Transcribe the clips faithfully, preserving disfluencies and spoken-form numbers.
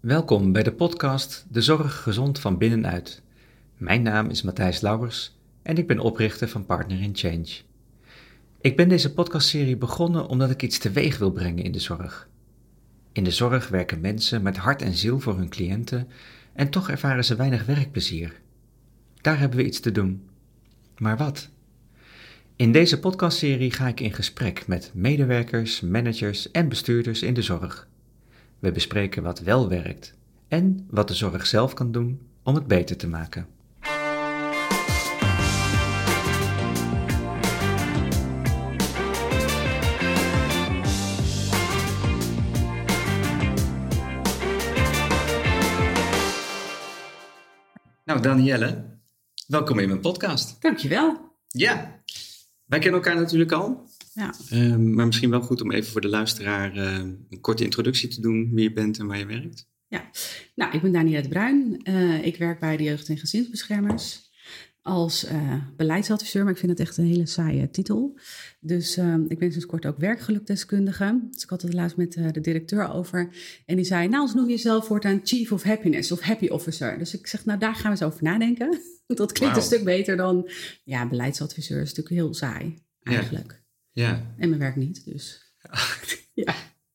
Welkom bij de podcast De Zorg Gezond van Binnenuit. Mijn naam is Matthijs Lauwers en ik ben oprichter van Partner in Change. Ik ben deze podcastserie begonnen omdat ik iets teweeg wil brengen in de zorg. In de zorg werken mensen met hart en ziel voor hun cliënten en toch ervaren ze weinig werkplezier. Daar hebben we iets te doen. Maar wat? In deze podcastserie ga ik in gesprek met medewerkers, managers en bestuurders in de zorg. We bespreken wat wel werkt en wat de zorg zelf kan doen om het beter te maken. Nou, Danielle, welkom in mijn podcast. Dankjewel. Ja, wij kennen elkaar natuurlijk al. Ja. Uh, maar misschien wel goed om even voor de luisteraar uh, een korte introductie te doen wie je bent en waar je werkt. Ja, nou, ik ben Danielle de Bruin. Uh, ik werk bij de Jeugd- en Gezinsbeschermers als uh, beleidsadviseur, maar ik vind het echt een hele saaie titel. Dus uh, ik ben sinds kort ook werkgelukdeskundige. Dus ik had het laatst met uh, de directeur over. En die zei, nou, noem jezelf voortaan Chief of Happiness of Happy Officer. Dus ik zeg, nou, daar gaan we eens over nadenken. Dat klinkt wow. een stuk beter dan, ja, beleidsadviseur is natuurlijk heel saai, eigenlijk. Ja. Ja. En mijn werk niet, dus. Ja.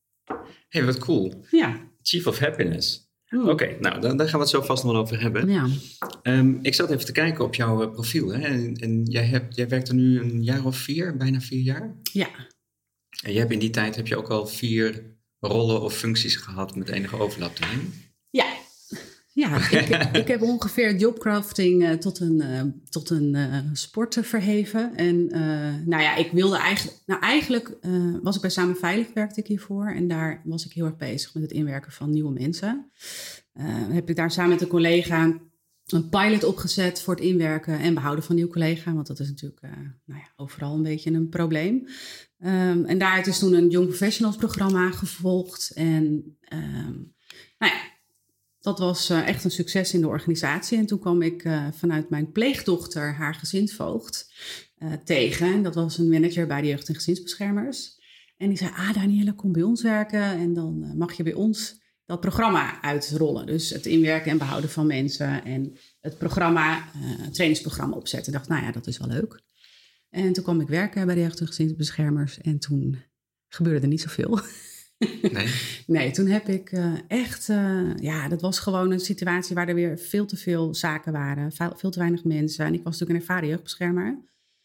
Hey, wat cool. Ja. Chief of Happiness. Oké, okay, nou, daar, daar gaan we het zo vast nog wel over hebben. Ja. Um, ik zat even te kijken op jouw uh, profiel. Hè? En, en jij, hebt, jij werkt er nu een jaar of vier, bijna vier jaar. Ja. En je hebt in die tijd heb je ook al vier rollen of functies gehad met enige overlap erin. Ja. Ja, ik, ik heb ongeveer jobcrafting uh, tot een, uh, tot een uh, sport verheven. En uh, nou ja, ik wilde eigenlijk... Nou eigenlijk uh, was ik bij Samen Veilig, werkte ik hiervoor. En daar was ik heel erg bezig met het inwerken van nieuwe mensen. Uh, heb ik daar samen met een collega een pilot opgezet voor het inwerken en behouden van nieuw collega. Want dat is natuurlijk uh, nou ja, overal een beetje een probleem. Um, en daaruit is toen een Young Professionals programma gevolgd. En um, nou ja... Dat was uh, echt een succes in de organisatie. En toen kwam ik uh, vanuit mijn pleegdochter haar gezinsvoogd uh, tegen. En dat was een manager bij de Jeugd- en Gezinsbeschermers. En die zei, ah Danielle, kom bij ons werken. En dan uh, mag je bij ons dat programma uitrollen. Dus het inwerken en behouden van mensen. En het programma, uh, het trainingsprogramma opzetten. Ik dacht, nou ja, dat is wel leuk. En toen kwam ik werken bij de Jeugd- en Gezinsbeschermers. En toen gebeurde er niet zoveel. Nee. Nee, toen heb ik uh, echt... Uh, ja, dat was gewoon een situatie waar er weer veel te veel zaken waren. Veel, veel te weinig mensen. En ik was natuurlijk een ervaren jeugdbeschermer.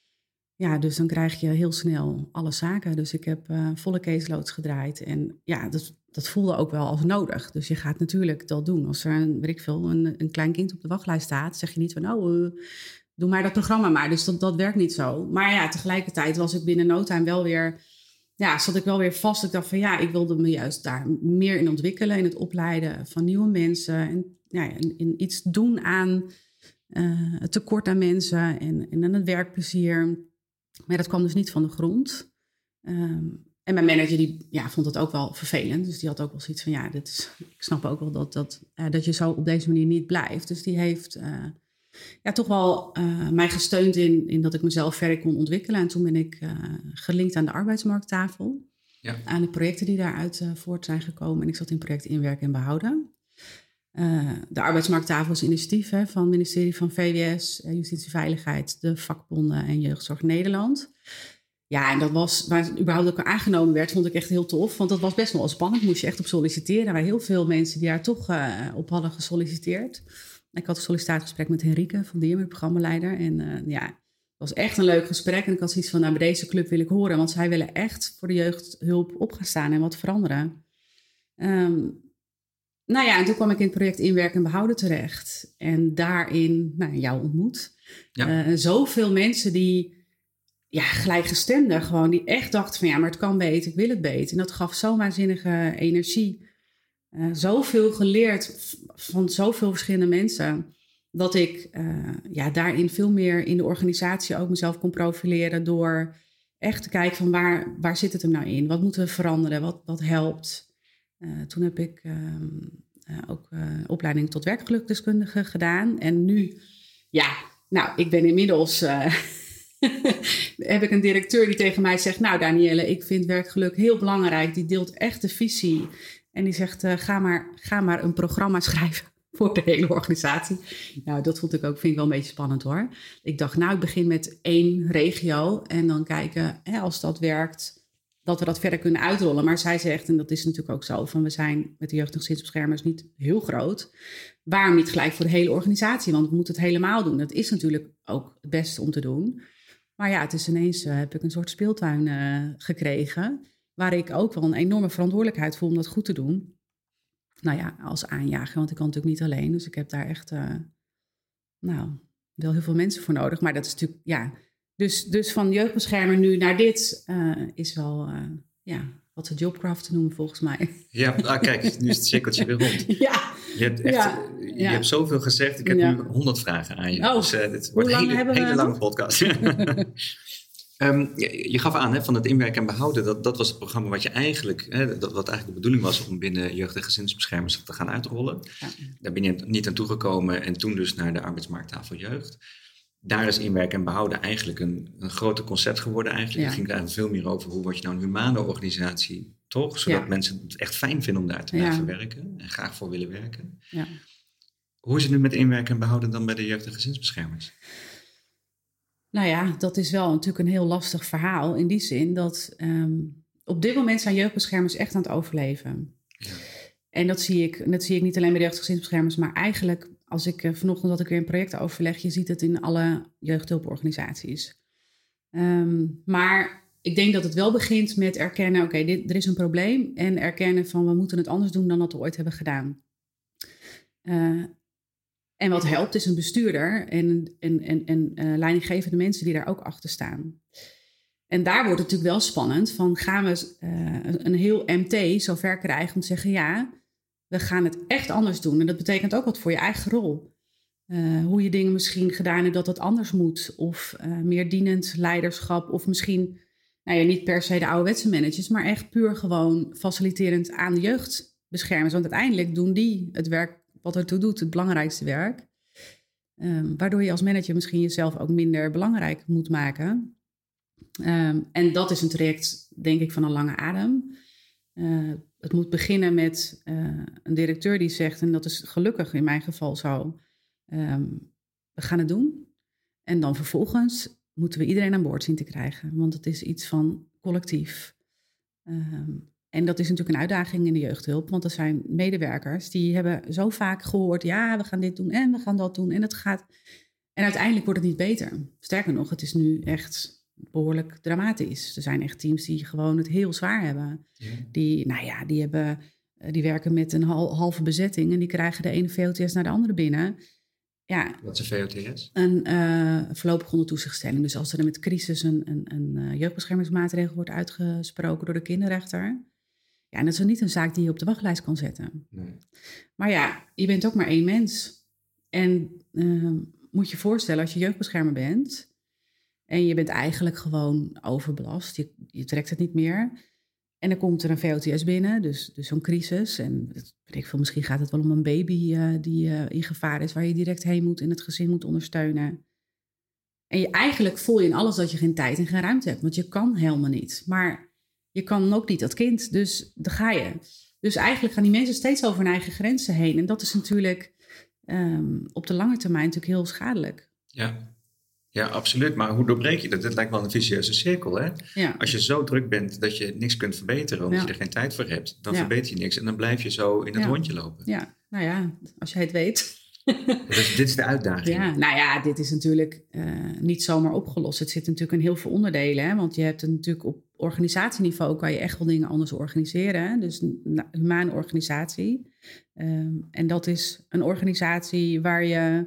Ja, dus dan krijg je heel snel alle zaken. Dus ik heb uh, volle caseloads gedraaid. En ja, dat, dat voelde ook wel als nodig. Dus je gaat natuurlijk dat doen. Als er een, weet ik veel, een, een klein kind op de wachtlijst staat... zeg je niet van, oh, uh, doe maar dat programma maar. Dus dat, dat werkt niet zo. Maar ja, tegelijkertijd was ik binnen no time wel weer... Ja, zat ik wel weer vast. Ik dacht van ja, ik wilde me juist daar meer in ontwikkelen. In het opleiden van nieuwe mensen. En ja, in, in iets doen aan uh, het tekort aan mensen. En, en aan het werkplezier. Maar dat kwam dus niet van de grond. Um, en mijn manager die, ja, vond het ook wel vervelend. Dus die had ook wel zoiets van ja, dit is, ik snap ook wel dat, dat, uh, dat je zo op deze manier niet blijft. Dus die heeft... Uh, Ja, toch wel uh, mij gesteund in, in dat ik mezelf verder kon ontwikkelen. En toen ben ik uh, gelinkt aan de arbeidsmarkttafel. Ja. Aan de projecten die daaruit uh, voort zijn gekomen. En ik zat in project inwerken en behouden. Uh, de arbeidsmarkttafel is een initiatief hè, van het ministerie van V W S, uh, Justitie Veiligheid, de vakbonden en Jeugdzorg Nederland. Ja, en dat was, waar het überhaupt ook aangenomen werd, vond ik echt heel tof. Want dat was best wel spannend, moest je echt op solliciteren. Er waren heel veel mensen die daar toch uh, op hadden gesolliciteerd. Ik had een sollicitatiegesprek met Henrike van Diemen, de programmaleider. En uh, ja, het was echt een leuk gesprek. En ik had zoiets van, nou, bij deze club wil ik horen. Want zij willen echt voor de jeugdhulp op gaan staan en wat veranderen. Um, nou ja, en toen kwam ik in het project Inwerken en Behouden terecht. En daarin, nou, jou ontmoet. Ja. Uh, zoveel mensen die, ja, gelijkgestemden gewoon. Die echt dachten van, ja, maar het kan beter, ik wil het beter. En dat gaf zo'n waanzinnige energie. Uh, zoveel geleerd van zoveel verschillende mensen, dat ik uh, ja, daarin veel meer in de organisatie ook mezelf kon profileren door echt te kijken van waar, waar zit het hem nou in? Wat moeten we veranderen? Wat, wat helpt? Uh, toen heb ik uh, uh, ook uh, opleiding tot werkgelukdeskundige gedaan. En nu, ja, nou, ik ben inmiddels... Uh, heb ik een directeur die tegen mij zegt, nou Danielle, ik vind werkgeluk heel belangrijk. Die deelt echt de visie En die zegt, uh, ga, maar, ga maar een programma schrijven voor de hele organisatie. Nou, dat vond ik ook, vind ik wel een beetje spannend hoor. Ik dacht, nou, ik begin met één regio en dan kijken, hè, als dat werkt, dat we dat verder kunnen uitrollen. Maar zij zegt, en dat is natuurlijk ook zo, van we zijn met de jeugd- en gezinsbeschermers niet heel groot. Waarom niet gelijk voor de hele organisatie? Want we moeten het helemaal doen. Dat is natuurlijk ook het beste om te doen. Maar ja, het is ineens, uh, heb ik een soort speeltuin uh, gekregen, waar ik ook wel een enorme verantwoordelijkheid voel om dat goed te doen. Nou ja, als aanjager, want ik kan natuurlijk niet alleen. Dus ik heb daar echt, uh, nou, wel heel veel mensen voor nodig. Maar dat is natuurlijk, ja. Dus, dus van jeugdbeschermer nu naar dit uh, is wel, uh, ja, wat de jobcraft te noemen volgens mij. Ja, ah, kijk, nu is het cirkeltje weer rond. Ja. Je hebt, echt, ja, je ja. hebt zoveel gezegd. Ik heb ja. nu honderd vragen aan je. Oh, dus uh, dit wordt een hele, hele lange podcast. Um, je, je gaf aan hè, van het inwerken en behouden. Dat, dat was het programma wat je eigenlijk, hè, dat, wat eigenlijk de bedoeling was om binnen jeugd- en gezinsbeschermers te gaan uitrollen. Ja. Daar ben je niet aan toegekomen en toen dus naar de arbeidsmarkttafel jeugd. Daar is inwerken en behouden eigenlijk een, een groter concept geworden. Eigenlijk. Ja. Het ging eigenlijk veel meer over hoe word je nou een humane organisatie, toch? Zodat ja. mensen het echt fijn vinden om daar te blijven ja. werken en graag voor willen werken. Ja. Hoe is het nu met inwerken en behouden dan bij de jeugd- en gezinsbeschermers? Nou ja, dat is wel natuurlijk een heel lastig verhaal in die zin dat um, op dit moment zijn jeugdbeschermers echt aan het overleven. Ja. En dat zie ik, dat zie ik niet alleen bij de jeugd- en gezinsbeschermers, maar eigenlijk als ik uh, vanochtend had ik weer een projectoverleg, je ziet het in alle jeugdhulporganisaties. Um, maar ik denk dat het wel begint met erkennen, oké, okay, er is een probleem en erkennen van we moeten het anders doen dan dat we ooit hebben gedaan. Uh, En wat helpt is een bestuurder en, en, en, en uh, leidinggevende mensen die daar ook achter staan. En daar wordt het natuurlijk wel spannend van gaan we uh, een heel M T zover krijgen om te zeggen ja, we gaan het echt anders doen. En dat betekent ook wat voor je eigen rol. Uh, hoe je dingen misschien gedaan hebt dat het anders moet. Of uh, meer dienend leiderschap of misschien, nou ja, niet per se de ouderwetse managers, maar echt puur gewoon faciliterend aan de jeugdbeschermers. Want uiteindelijk doen die het werk wat ertoe doet, het belangrijkste werk. Um, waardoor je als manager misschien jezelf ook minder belangrijk moet maken. Um, en dat is een traject, denk ik, van een lange adem. Uh, het moet beginnen met uh, een directeur die zegt, en dat is gelukkig in mijn geval zo, um, we gaan het doen. En dan vervolgens moeten we iedereen aan boord zien te krijgen. Want het is iets van collectief. Um, En dat is natuurlijk een uitdaging in de jeugdhulp. Want er zijn medewerkers die hebben zo vaak gehoord, ja, we gaan dit doen en we gaan dat doen. En het gaat. En uiteindelijk wordt het niet beter. Sterker nog, het is nu echt behoorlijk dramatisch. Er zijn echt teams die gewoon het heel zwaar hebben. Ja. Die, nou ja, die, hebben, die werken met een halve bezetting en die krijgen de ene V O T S naar de andere binnen. Ja, wat is een V O T S? Een uh, voorlopig onder toezichtstelling. Dus als er met crisis een, een, een uh, jeugdbeschermingsmaatregel wordt uitgesproken door de kinderrechter. Ja, en dat is niet een zaak die je op de wachtlijst kan zetten. Nee. Maar ja, je bent ook maar één mens. En uh, moet je voorstellen, als je jeugdbeschermer bent en je bent eigenlijk gewoon overbelast, je, je trekt het niet meer. En dan komt er een V O T S binnen, dus, dus zo'n crisis. En weet ik veel, misschien gaat het wel om een baby uh, die uh, in gevaar is, waar je direct heen moet en het gezin moet ondersteunen. En je, eigenlijk voel je in alles dat je geen tijd en geen ruimte hebt, want je kan helemaal niet. Maar je kan ook niet dat kind, dus daar ga je. Dus eigenlijk gaan die mensen steeds over hun eigen grenzen heen. En dat is natuurlijk um, op de lange termijn natuurlijk heel schadelijk. Ja. Ja, absoluut. Maar hoe doorbreek je dat? Dat lijkt wel een vicieuze cirkel, hè? Ja. Als je zo druk bent dat je niks kunt verbeteren, omdat ja. je er geen tijd voor hebt, dan ja. verbeter je niks en dan blijf je zo in het ja. rondje lopen. Ja, nou ja, als jij het weet. Dus dit is de uitdaging. Ja, nou ja, dit is natuurlijk uh, niet zomaar opgelost. Het zit natuurlijk in heel veel onderdelen, hè? Want je hebt het natuurlijk op organisatieniveau kan je echt wel dingen anders organiseren. Hè? Dus een humane organisatie. Um, en dat is een organisatie waar je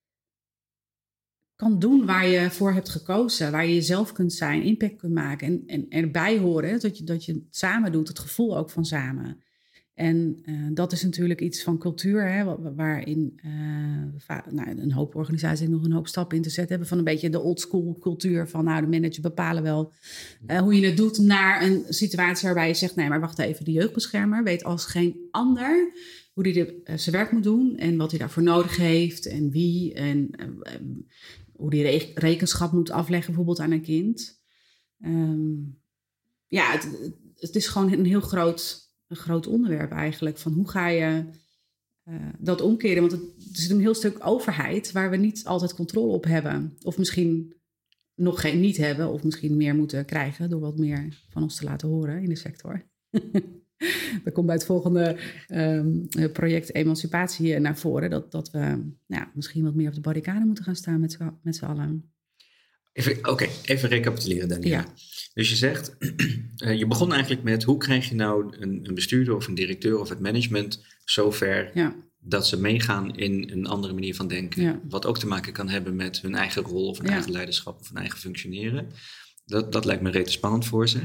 kan doen waar je voor hebt gekozen. Waar je jezelf kunt zijn, impact kunt maken. En, en erbij horen, dat je, dat je het samen doet. Het gevoel ook van samen. En uh, dat is natuurlijk iets van cultuur, hè, waarin uh, nou, een hoop organisaties nog een hoop stappen in te zetten hebben. Van een beetje de old school cultuur van nou, de manager bepalen wel uh, hoe je het doet. Naar een situatie waarbij je zegt, nee, maar wacht even, de jeugdbeschermer weet als geen ander hoe hij de, uh, zijn werk moet doen. En wat hij daarvoor nodig heeft en wie. En uh, um, hoe hij re- rekenschap moet afleggen bijvoorbeeld aan een kind. Um, ja, het, het is gewoon een heel groot een groot onderwerp eigenlijk. Van hoe ga je uh, dat omkeren? Want het, het is een heel stuk overheid waar we niet altijd controle op hebben. Of misschien nog geen niet hebben. Of misschien meer moeten krijgen door wat meer van ons te laten horen in de sector. Dat komt bij het volgende um, project Emancipatie naar voren. Dat, dat we nou, misschien wat meer op de barricade moeten gaan staan met, met z'n allen. Oké, okay, even recapituleren Daniëlle. Ja. Dus je zegt, uh, je begon eigenlijk met hoe krijg je nou een, een bestuurder of een directeur of het management zover ja. dat ze meegaan in een andere manier van denken. Ja. Wat ook te maken kan hebben met hun eigen rol of hun ja. eigen leiderschap of hun eigen functioneren. Dat, dat lijkt me rete spannend voor ze.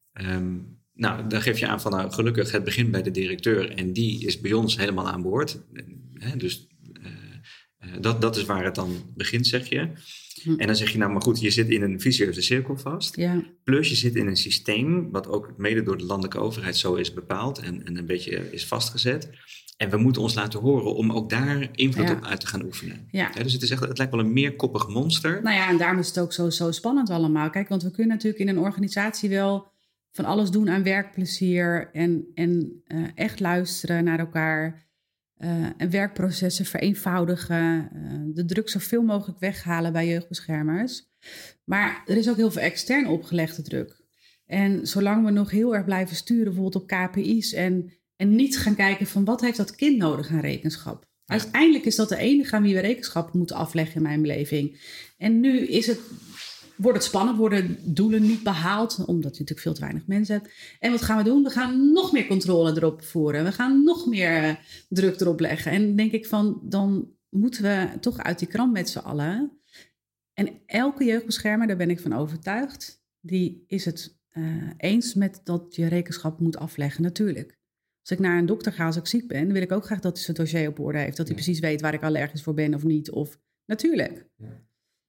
Um, nou, dan geef je aan van nou, gelukkig het begint bij de directeur en die is bij ons helemaal aan boord. He, dus uh, uh, dat, dat is waar het dan begint, zeg je. Hm. En dan zeg je nou, maar goed, je zit in een vicieuze cirkel vast. Ja. Plus je zit in een systeem wat ook mede door de landelijke overheid zo is bepaald en, en een beetje is vastgezet. En we moeten ons laten horen om ook daar invloed ja. op uit te gaan oefenen. Ja. Ja, dus het is echt, het lijkt wel een meerkoppig monster. Nou ja, en daarom is het ook zo, zo spannend allemaal. Kijk, want we kunnen natuurlijk in een organisatie wel van alles doen aan werkplezier en, en uh, echt luisteren naar elkaar. Uh, en werkprocessen vereenvoudigen. Uh, de druk zoveel mogelijk weghalen bij jeugdbeschermers. Maar er is ook heel veel extern opgelegde druk. En zolang we nog heel erg blijven sturen, bijvoorbeeld op K P I's en, en niet gaan kijken van wat heeft dat kind nodig aan rekenschap. Ja. Uiteindelijk is dat de enige aan wie we rekenschap moeten afleggen in mijn beleving. En nu is het, wordt het spannend, worden doelen niet behaald, omdat je natuurlijk veel te weinig mensen hebt. En wat gaan we doen? We gaan nog meer controle erop voeren. We gaan nog meer uh, druk erop leggen. En dan denk ik van, dan moeten we toch uit die kramp met z'n allen. En elke jeugdbeschermer, daar ben ik van overtuigd, die is het uh, eens met dat je rekenschap moet afleggen, natuurlijk. Als ik naar een dokter ga als ik ziek ben, wil ik ook graag dat hij zijn dossier op orde heeft. Dat hij ja. precies weet waar ik allergisch voor ben of niet. Of natuurlijk. Ja.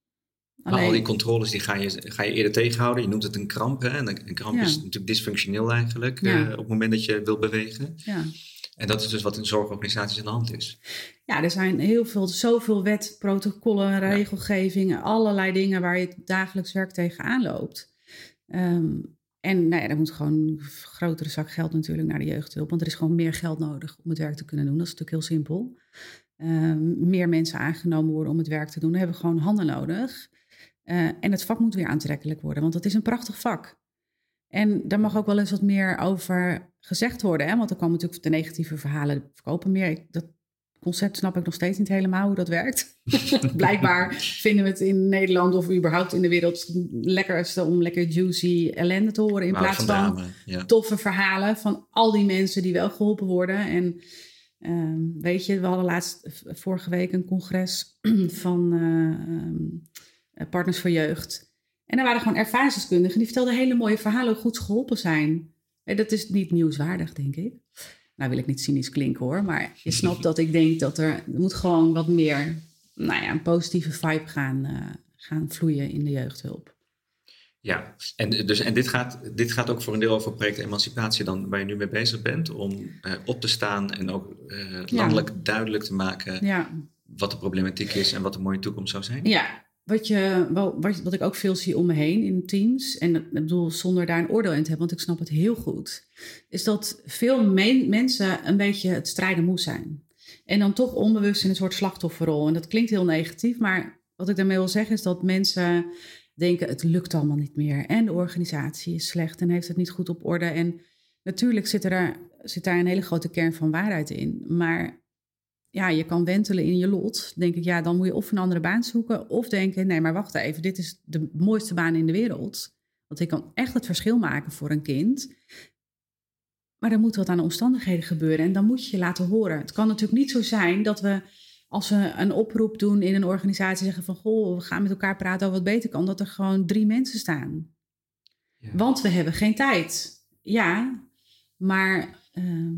Maar Alleen, al die controles die ga, je, ga je eerder tegenhouden. Je noemt het een kramp. Hè? En een kramp ja. is natuurlijk dysfunctioneel eigenlijk. Ja. Uh, op het moment dat je wil bewegen. Ja. En dat is dus wat in zorgorganisaties aan de hand is. Ja, er zijn heel veel, zoveel wet, protocollen, regelgevingen. Ja. Allerlei dingen waar je dagelijks werk tegenaan loopt. Um, En nou ja, er moet gewoon een grotere zak geld natuurlijk naar de jeugdhulp. Want er is gewoon meer geld nodig om het werk te kunnen doen. Dat is natuurlijk heel simpel. Uh, meer mensen aangenomen worden om het werk te doen. Dan hebben we gewoon handen nodig. Uh, en het vak moet weer aantrekkelijk worden. Want het is een prachtig vak. En daar mag ook wel eens wat meer over gezegd worden. Hè? Want er komen natuurlijk de negatieve verhalen verkopen meer. Ik, dat concept snap ik nog steeds niet helemaal hoe dat werkt. Blijkbaar vinden we het in Nederland of überhaupt in de wereld het lekkerste om lekker juicy ellende te horen. In maar plaats van, van dame, ja. toffe verhalen van al die mensen die wel geholpen worden. En um, weet je, we hadden laatst vorige week een congres van uh, um, Partners voor Jeugd. En daar waren gewoon ervaringsdeskundigen die vertelden hele mooie verhalen hoe goed ze geholpen zijn. En dat is niet nieuwswaardig, denk ik. Nou wil ik niet cynisch klinken hoor, maar je snapt dat ik denk dat er, er moet gewoon wat meer, nou ja, een positieve vibe gaan, uh, gaan vloeien in de jeugdhulp. Ja, en, dus, en dit, gaat, dit gaat ook voor een deel over project Emancipatie dan, waar je nu mee bezig bent, om uh, op te staan en ook uh, landelijk ja. duidelijk te maken ja. wat de problematiek is en wat de mooie toekomst zou zijn. Ja. Wat, je, wat, wat ik ook veel zie om me heen in teams, en ik bedoel zonder daar een oordeel in te hebben, want ik snap het heel goed, is dat veel me- mensen een beetje het strijden moe zijn. En dan toch onbewust in een soort slachtofferrol. En dat klinkt heel negatief, maar wat ik daarmee wil zeggen is dat mensen denken het lukt allemaal niet meer. En de organisatie is slecht en heeft het niet goed op orde. En natuurlijk zit, er, zit daar een hele grote kern van waarheid in, maar ja, je kan wentelen in je lot. Denk ik, ja, dan moet je of een andere baan zoeken. Of denken, nee, maar wacht even. Dit is de mooiste baan in de wereld. Want ik kan echt het verschil maken voor een kind. Maar er moet wat aan de omstandigheden gebeuren. En dan moet je je laten horen. Het kan natuurlijk niet zo zijn dat we, als we een oproep doen in een organisatie, zeggen van, goh, we gaan met elkaar praten over wat beter kan. Dat er gewoon drie mensen staan. Ja. Want we hebben geen tijd. Ja, maar Uh,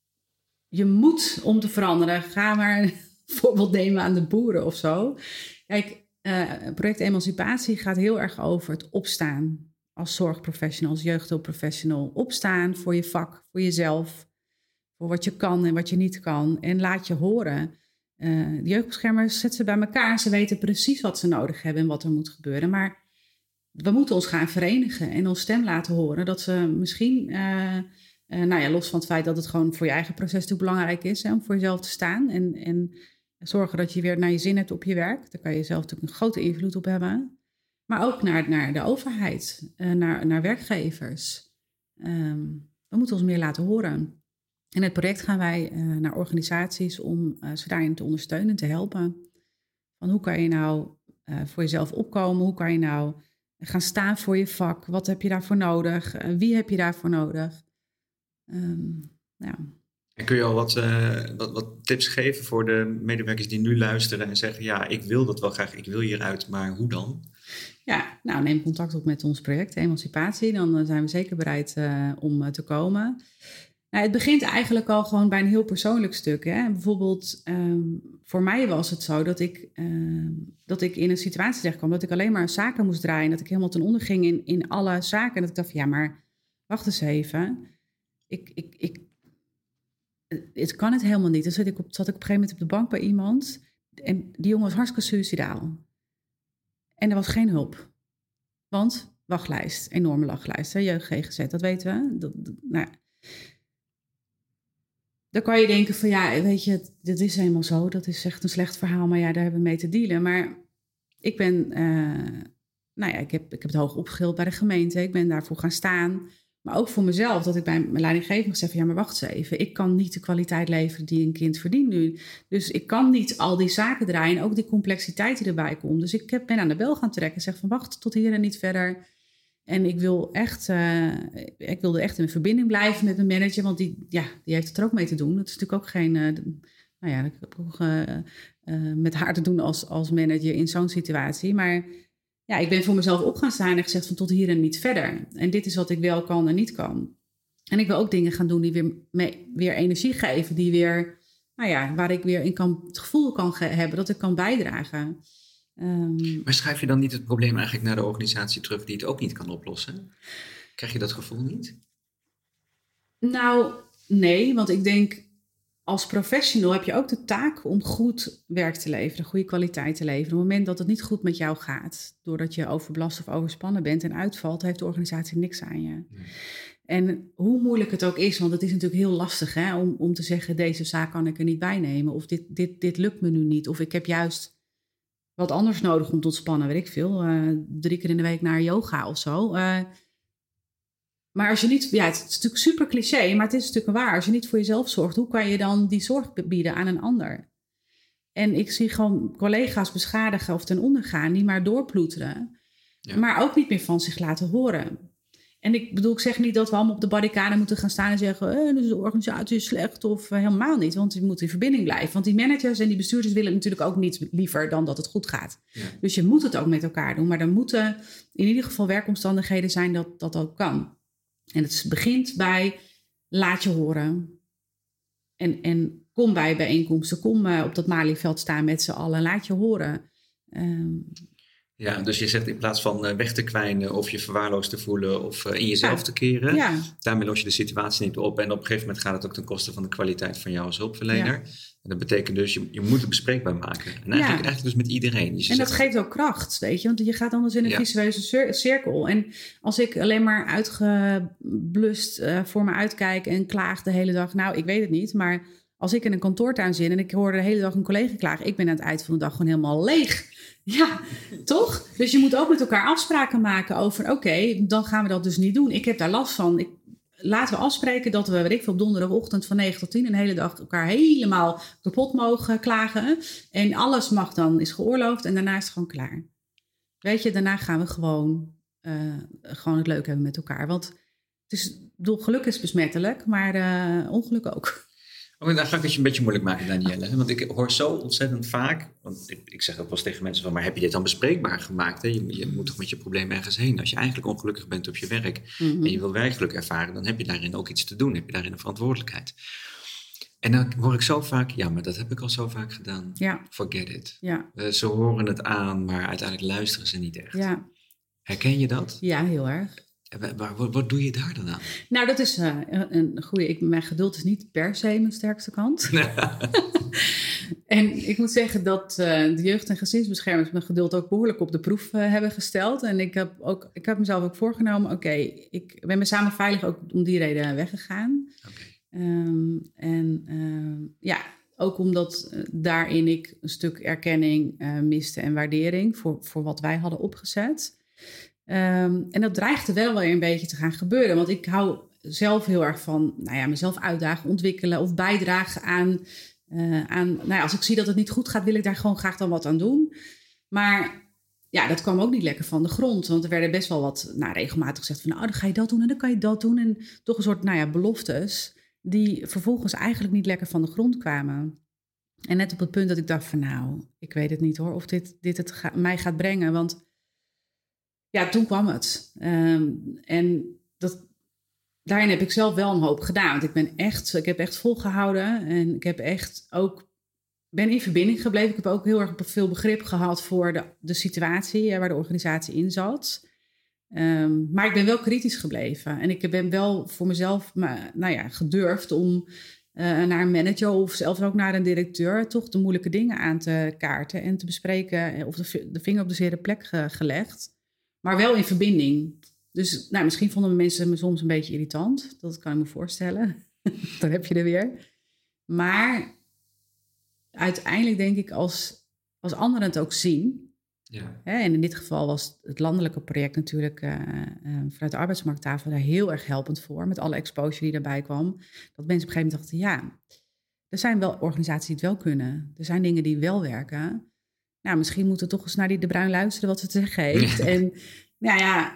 je moet om te veranderen. Ga maar een voorbeeld nemen aan de boeren of zo. Kijk, uh, project Emancipatie gaat heel erg over het opstaan als zorgprofessional, als jeugdhulpprofessional. Opstaan voor je vak, voor jezelf, voor wat je kan en wat je niet kan. En laat je horen. Uh, de jeugdbeschermers zetten ze bij elkaar. Ze weten precies wat ze nodig hebben en wat er moet gebeuren. Maar we moeten ons gaan verenigen en ons stem laten horen. Dat ze misschien Uh, Uh, nou ja, los van het feit dat het gewoon voor je eigen proces natuurlijk belangrijk is, hè, om voor jezelf te staan. En, en zorgen dat je weer naar je zin hebt op je werk. Daar kan je zelf natuurlijk een grote invloed op hebben. Maar ook naar, naar de overheid, uh, naar, naar werkgevers. Um, we moeten ons meer laten horen. In het project gaan wij uh, naar organisaties om uh, ze daarin te ondersteunen en te helpen. Van hoe kan je nou uh, voor jezelf opkomen? Hoe kan je nou gaan staan voor je vak? Wat heb je daarvoor nodig? Uh, wie heb je daarvoor nodig? Um, ja. En kun je al wat, uh, wat, wat tips geven voor de medewerkers die nu luisteren en zeggen... ja, ik wil dat wel graag, ik wil hieruit, maar hoe dan? Ja, nou neem contact op met ons project Emancipatie. Dan zijn we zeker bereid uh, om uh, te komen. Nou, het begint eigenlijk al gewoon bij een heel persoonlijk stuk. Hè? Bijvoorbeeld, um, voor mij was het zo dat ik, uh, dat ik in een situatie terecht kwam... dat ik alleen maar zaken moest draaien. Dat ik helemaal ten onder ging in, in alle zaken. En dat ik dacht van, ja, maar wacht eens even. Ik, ik, ik, het kan het helemaal niet. Dan zat ik, op, zat ik op een gegeven moment op de bank bij iemand... en die jongen was hartstikke suicidaal. En er was geen hulp. Want wachtlijst, enorme wachtlijst, jeugd G G Z, dat weten we. Dat, dat, nou ja. Dan kan je denken van ja, weet je, dit is helemaal zo. Dat is echt een slecht verhaal, maar ja, daar hebben we mee te dealen. Maar ik ben, uh, nou ja, ik heb, ik heb het hoog opgegild bij de gemeente. Ik ben daarvoor gaan staan. Maar ook voor mezelf, dat ik bij mijn leidinggevende gezegd van ja, maar wacht eens even. Ik kan niet de kwaliteit leveren die een kind verdient nu. Dus ik kan niet al die zaken draaien en ook die complexiteit die erbij komt. Dus ik heb, ben aan de bel gaan trekken en zeg van wacht tot hier en niet verder. En ik wil echt, uh, ik wilde echt in verbinding blijven met mijn manager, want die, ja, die heeft het er ook mee te doen. Dat is natuurlijk ook geen, uh, nou ja, ik heb ook uh, uh, met haar te doen als, als manager in zo'n situatie. Maar ja, ik ben voor mezelf op gaan staan en gezegd van tot hier en niet verder. En dit is wat ik wel kan en niet kan. En ik wil ook dingen gaan doen die weer, mee, weer energie geven, die weer, nou ja, waar ik weer in kan, het gevoel kan ge- hebben dat ik kan bijdragen. Um, maar schrijf je dan niet het probleem eigenlijk naar de organisatie terug die het ook niet kan oplossen? Krijg je dat gevoel niet? Nou, nee, want ik denk als professional heb je ook de taak om goed werk te leveren, goede kwaliteit te leveren. Op het moment dat het niet goed met jou gaat, doordat je overbelast of overspannen bent en uitvalt, heeft de organisatie niks aan je. Nee. En hoe moeilijk het ook is, want het is natuurlijk heel lastig hè, om, om te zeggen deze zaak kan ik er niet bij nemen. Of dit, dit, dit lukt me nu niet. Of ik heb juist wat anders nodig om te ontspannen, weet ik veel. Uh, drie keer in de week naar yoga of zo. Uh, maar als je niet, ja, het is natuurlijk super cliché, maar het is natuurlijk waar. Als je niet voor jezelf zorgt, hoe kan je dan die zorg bieden aan een ander? En ik zie gewoon collega's beschadigen of ten onder gaan, die maar doorploeteren. Ja. Maar ook niet meer van zich laten horen. En ik bedoel, ik zeg niet dat we allemaal op de barricade moeten gaan staan en zeggen, eh, dus de organisatie is slecht of uh, helemaal niet. Want je moet in verbinding blijven. Want die managers en die bestuurders willen natuurlijk ook niets liever dan dat het goed gaat. Ja. Dus je moet het ook met elkaar doen. Maar er moeten in ieder geval werkomstandigheden zijn dat dat ook kan. En het begint bij laat je horen. En, en kom bij bijeenkomsten. Kom uh, op dat Malieveld staan met z'n allen. Laat je horen. Um, Ja, dus je zegt in plaats van uh, weg te kwijnen of je verwaarloosd te voelen of uh, in jezelf ja. te keren. Ja. Daarmee los je de situatie niet op. En op een gegeven moment gaat het ook ten koste van de kwaliteit van jou als hulpverlener. Ja. En dat betekent dus, je, je moet het bespreekbaar maken. En eigenlijk, ja. eigenlijk dus met iedereen. Dus en dat zegt, geeft ook kracht, weet je. Want je gaat anders in een ja. visueuze cirkel. En als ik alleen maar uitgeblust uh, voor me uitkijk en klaag de hele dag. Nou, ik weet het niet, maar als ik in een kantoortuin zit en ik hoor de hele dag een collega klagen. Ik ben aan het eind van de dag gewoon helemaal leeg. Ja, toch? Dus je moet ook met elkaar afspraken maken over, oké, okay, dan gaan we dat dus niet doen. Ik heb daar last van. Ik, laten we afspreken dat we, weet ik veel, op donderdagochtend van negen tot tien een hele dag elkaar helemaal kapot mogen klagen. En alles mag dan, is geoorloofd en daarna is het gewoon klaar. Weet je, daarna gaan we gewoon, uh, gewoon het leuk hebben met elkaar. Want het is, ik bedoel, geluk is besmettelijk, maar uh, ongeluk ook. Oh, dan ga ik het je een beetje moeilijk maken, Danielle. Want ik hoor zo ontzettend vaak, want ik, ik zeg ook wel eens tegen mensen van, maar heb je dit dan bespreekbaar gemaakt? Hè? Je, je moet toch met je probleem ergens heen. Als je eigenlijk ongelukkig bent op je werk mm-hmm. en je wil werkgeluk ervaren, dan heb je daarin ook iets te doen. Heb je daarin een verantwoordelijkheid. En dan hoor ik zo vaak, ja, maar dat heb ik al zo vaak gedaan. Ja. Forget it. Ja. Uh, ze horen het aan, maar uiteindelijk luisteren ze niet echt. Ja. Herken je dat? Ja, heel erg. Maar wat, wat doe je daar dan aan? Nou, dat is uh, een goede. Ik, mijn geduld is niet per se mijn sterkste kant. En ik moet zeggen dat uh, de jeugd- en gezinsbeschermers mijn geduld ook behoorlijk op de proef uh, hebben gesteld. En ik heb, ook, ik heb mezelf ook voorgenomen, oké, okay, ik ben met Samen Veilig ook om die reden weggegaan. Okay. Um, en uh, ja, ook omdat uh, daarin ik een stuk erkenning uh, miste en waardering voor, voor wat wij hadden opgezet. Um, en dat dreigde wel weer een beetje te gaan gebeuren. Want ik hou zelf heel erg van nou ja, mezelf uitdagen, ontwikkelen of bijdragen aan... Uh, aan nou ja, als ik zie dat het niet goed gaat, wil ik daar gewoon graag dan wat aan doen. Maar ja, dat kwam ook niet lekker van de grond. Want er werden best wel wat nou, regelmatig gezegd van... nou, dan ga je dat doen en dan kan je dat doen. En toch een soort nou ja, beloftes die vervolgens eigenlijk niet lekker van de grond kwamen. En net op het punt dat ik dacht van nou, ik weet het niet hoor... of dit, dit het ga, mij gaat brengen. Want ja, toen kwam het. Um, en dat... Daarin heb ik zelf wel een hoop gedaan. Want ik ben echt, ik heb echt volgehouden. En ik heb echt ook, ben in verbinding gebleven. Ik heb ook heel erg veel begrip gehad voor de, de situatie waar de organisatie in zat. Um, maar ik ben wel kritisch gebleven. En ik ben wel voor mezelf, maar, nou ja, gedurfd om uh, naar een manager of zelfs ook naar een directeur toch de moeilijke dingen aan te kaarten en te bespreken. Of de, de vinger op de zere plek ge, gelegd. Maar wel in verbinding. Dus nou, misschien vonden mensen me soms een beetje irritant. Dat kan ik me voorstellen. Dan heb je er weer. Maar uiteindelijk denk ik als, als anderen het ook zien. Ja. Hè, en in dit geval was het landelijke project natuurlijk uh, uh, vanuit de arbeidsmarkttafel daar heel erg helpend voor. Met alle exposure die daarbij kwam. Dat mensen op een gegeven moment dachten, ja, er zijn wel organisaties die het wel kunnen. Er zijn dingen die wel werken. Nou, misschien moeten we toch eens naar die De Bruin luisteren wat ze te zeggen heeft. Ja. En nou ja...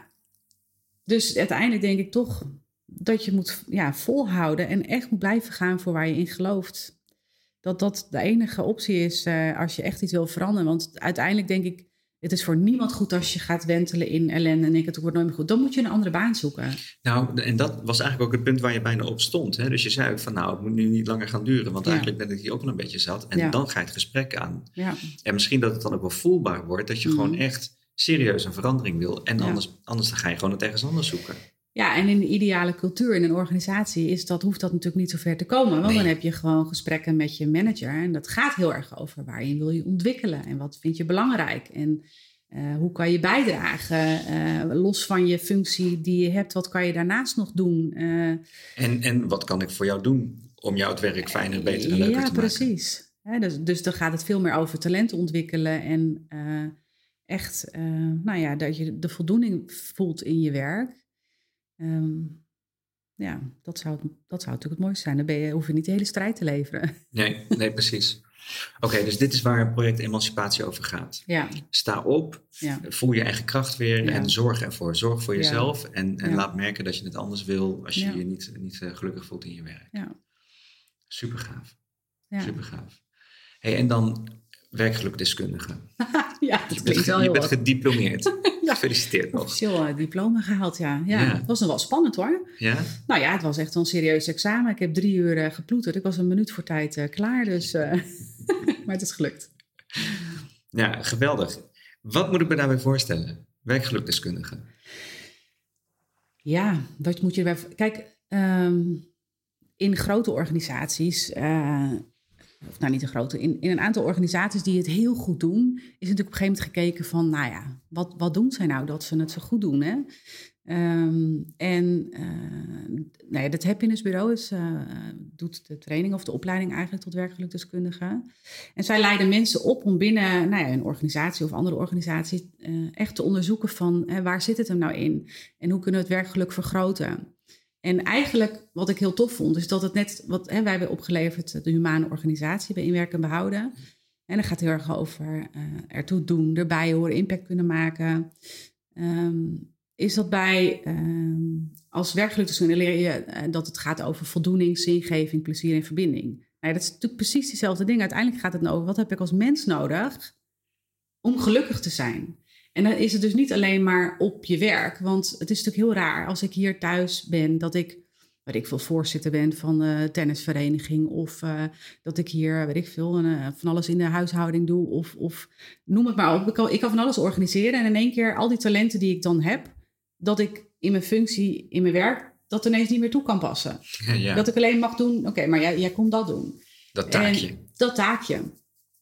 Dus uiteindelijk denk ik toch dat je moet ja, volhouden en echt moet blijven gaan voor waar je in gelooft. Dat dat de enige optie is uh, als je echt iets wil veranderen. Want uiteindelijk denk ik, het is voor niemand goed als je gaat wentelen in ellende en denk het wordt nooit meer goed. Dan moet je een andere baan zoeken. Nou, en dat was eigenlijk ook het punt waar je bijna op stond. Hè? Dus je zei ook van nou, het moet nu niet langer gaan duren. Want ja. eigenlijk ben ik hier ook al een beetje zat. En ja. dan ga je het gesprek aan. Ja. En misschien dat het dan ook wel voelbaar wordt dat je mm. gewoon echt... serieus een verandering wil. En ja. anders, anders dan ga je gewoon het ergens anders zoeken. Ja, en in de ideale cultuur in een organisatie is dat, hoeft dat natuurlijk niet zo ver te komen. Want nee. dan heb je gewoon gesprekken met je manager. En dat gaat heel erg over waarin wil je ontwikkelen. En wat vind je belangrijk. En uh, hoe kan je bijdragen. Uh, los van je functie die je hebt. Wat kan je daarnaast nog doen. Uh, en, en wat kan ik voor jou doen om jou het werk fijner, beter en leuker ja, te maken? Ja, precies. Ja, dus, dus dan gaat het veel meer over talenten ontwikkelen. En... Uh, echt, uh, nou ja, dat je de voldoening voelt in je werk. Um, ja, dat zou, dat zou natuurlijk het mooiste zijn. Dan ben je, hoef je niet de hele strijd te leveren. Nee, nee precies. Oké, okay, dus dit is waar het project Emancipatie over gaat. Ja. Sta op, ja. voel je eigen kracht weer ja. en zorg ervoor. Zorg voor jezelf ja. en, en ja. laat merken dat je het anders wil als je ja. je niet, niet uh, gelukkig voelt in je werk. Ja. Super gaaf. Ja. Super gaaf. Hey, en dan werkgelukdeskundige. Ja, dat je klinkt bent, wel je heel bent wat. Gediplomeerd. Ja. Gefeliciteerd nog. Officieel uh, diploma gehaald, ja. Ja, ja. Dat was nog wel spannend hoor. Ja? Nou ja, het was echt een serieus examen. Ik heb drie uur uh, geploeterd. Ik was een minuut voor tijd uh, klaar, dus... Uh, maar het is gelukt. Ja, geweldig. Wat moet ik me daarbij voorstellen? Werkgelukdeskundige. Ja, wat moet je erbij... Kijk, um, in grote organisaties... Uh, of nou niet een grote, in, in een aantal organisaties die het heel goed doen, is natuurlijk op een gegeven moment gekeken van, nou ja, wat, wat doen zij nou dat ze het zo goed doen, hè? Um, en uh, nou ja, het Happiness Bureau is, uh, doet de training of de opleiding eigenlijk tot werkgelukdeskundige. En zij leiden mensen op om binnen nou ja, een organisatie of andere organisaties uh, echt te onderzoeken van, hè, waar zit het hem nou in? En hoe kunnen we het werkgeluk vergroten? En eigenlijk, wat ik heel tof vond, is dat het net... wat hè, wij hebben opgeleverd, de humane organisatie bij Inwerken en Behouden. En dat gaat heel erg over uh, ertoe doen, erbij horen, impact kunnen maken. Um, is dat bij... Um, als werkgelukdeskundige leer je uh, dat het gaat over voldoening, zingeving, plezier en verbinding. Nou ja, dat is natuurlijk precies diezelfde ding. Uiteindelijk gaat het over, wat heb ik als mens nodig om gelukkig te zijn? En dan is het dus niet alleen maar op je werk. Want het is natuurlijk heel raar als ik hier thuis ben... dat ik, weet ik veel, voorzitter ben van een tennisvereniging... of uh, dat ik hier, weet ik veel, een, uh, van alles in de huishouding doe... of, of noem het maar op. Ik kan, ik kan van alles organiseren... en in één keer al die talenten die ik dan heb... dat ik in mijn functie, in mijn werk... dat ineens niet meer toe kan passen. Ja. Dat ik alleen mag doen, oké, okay, maar jij, jij komt dat doen. Dat taakje. En dat taakje.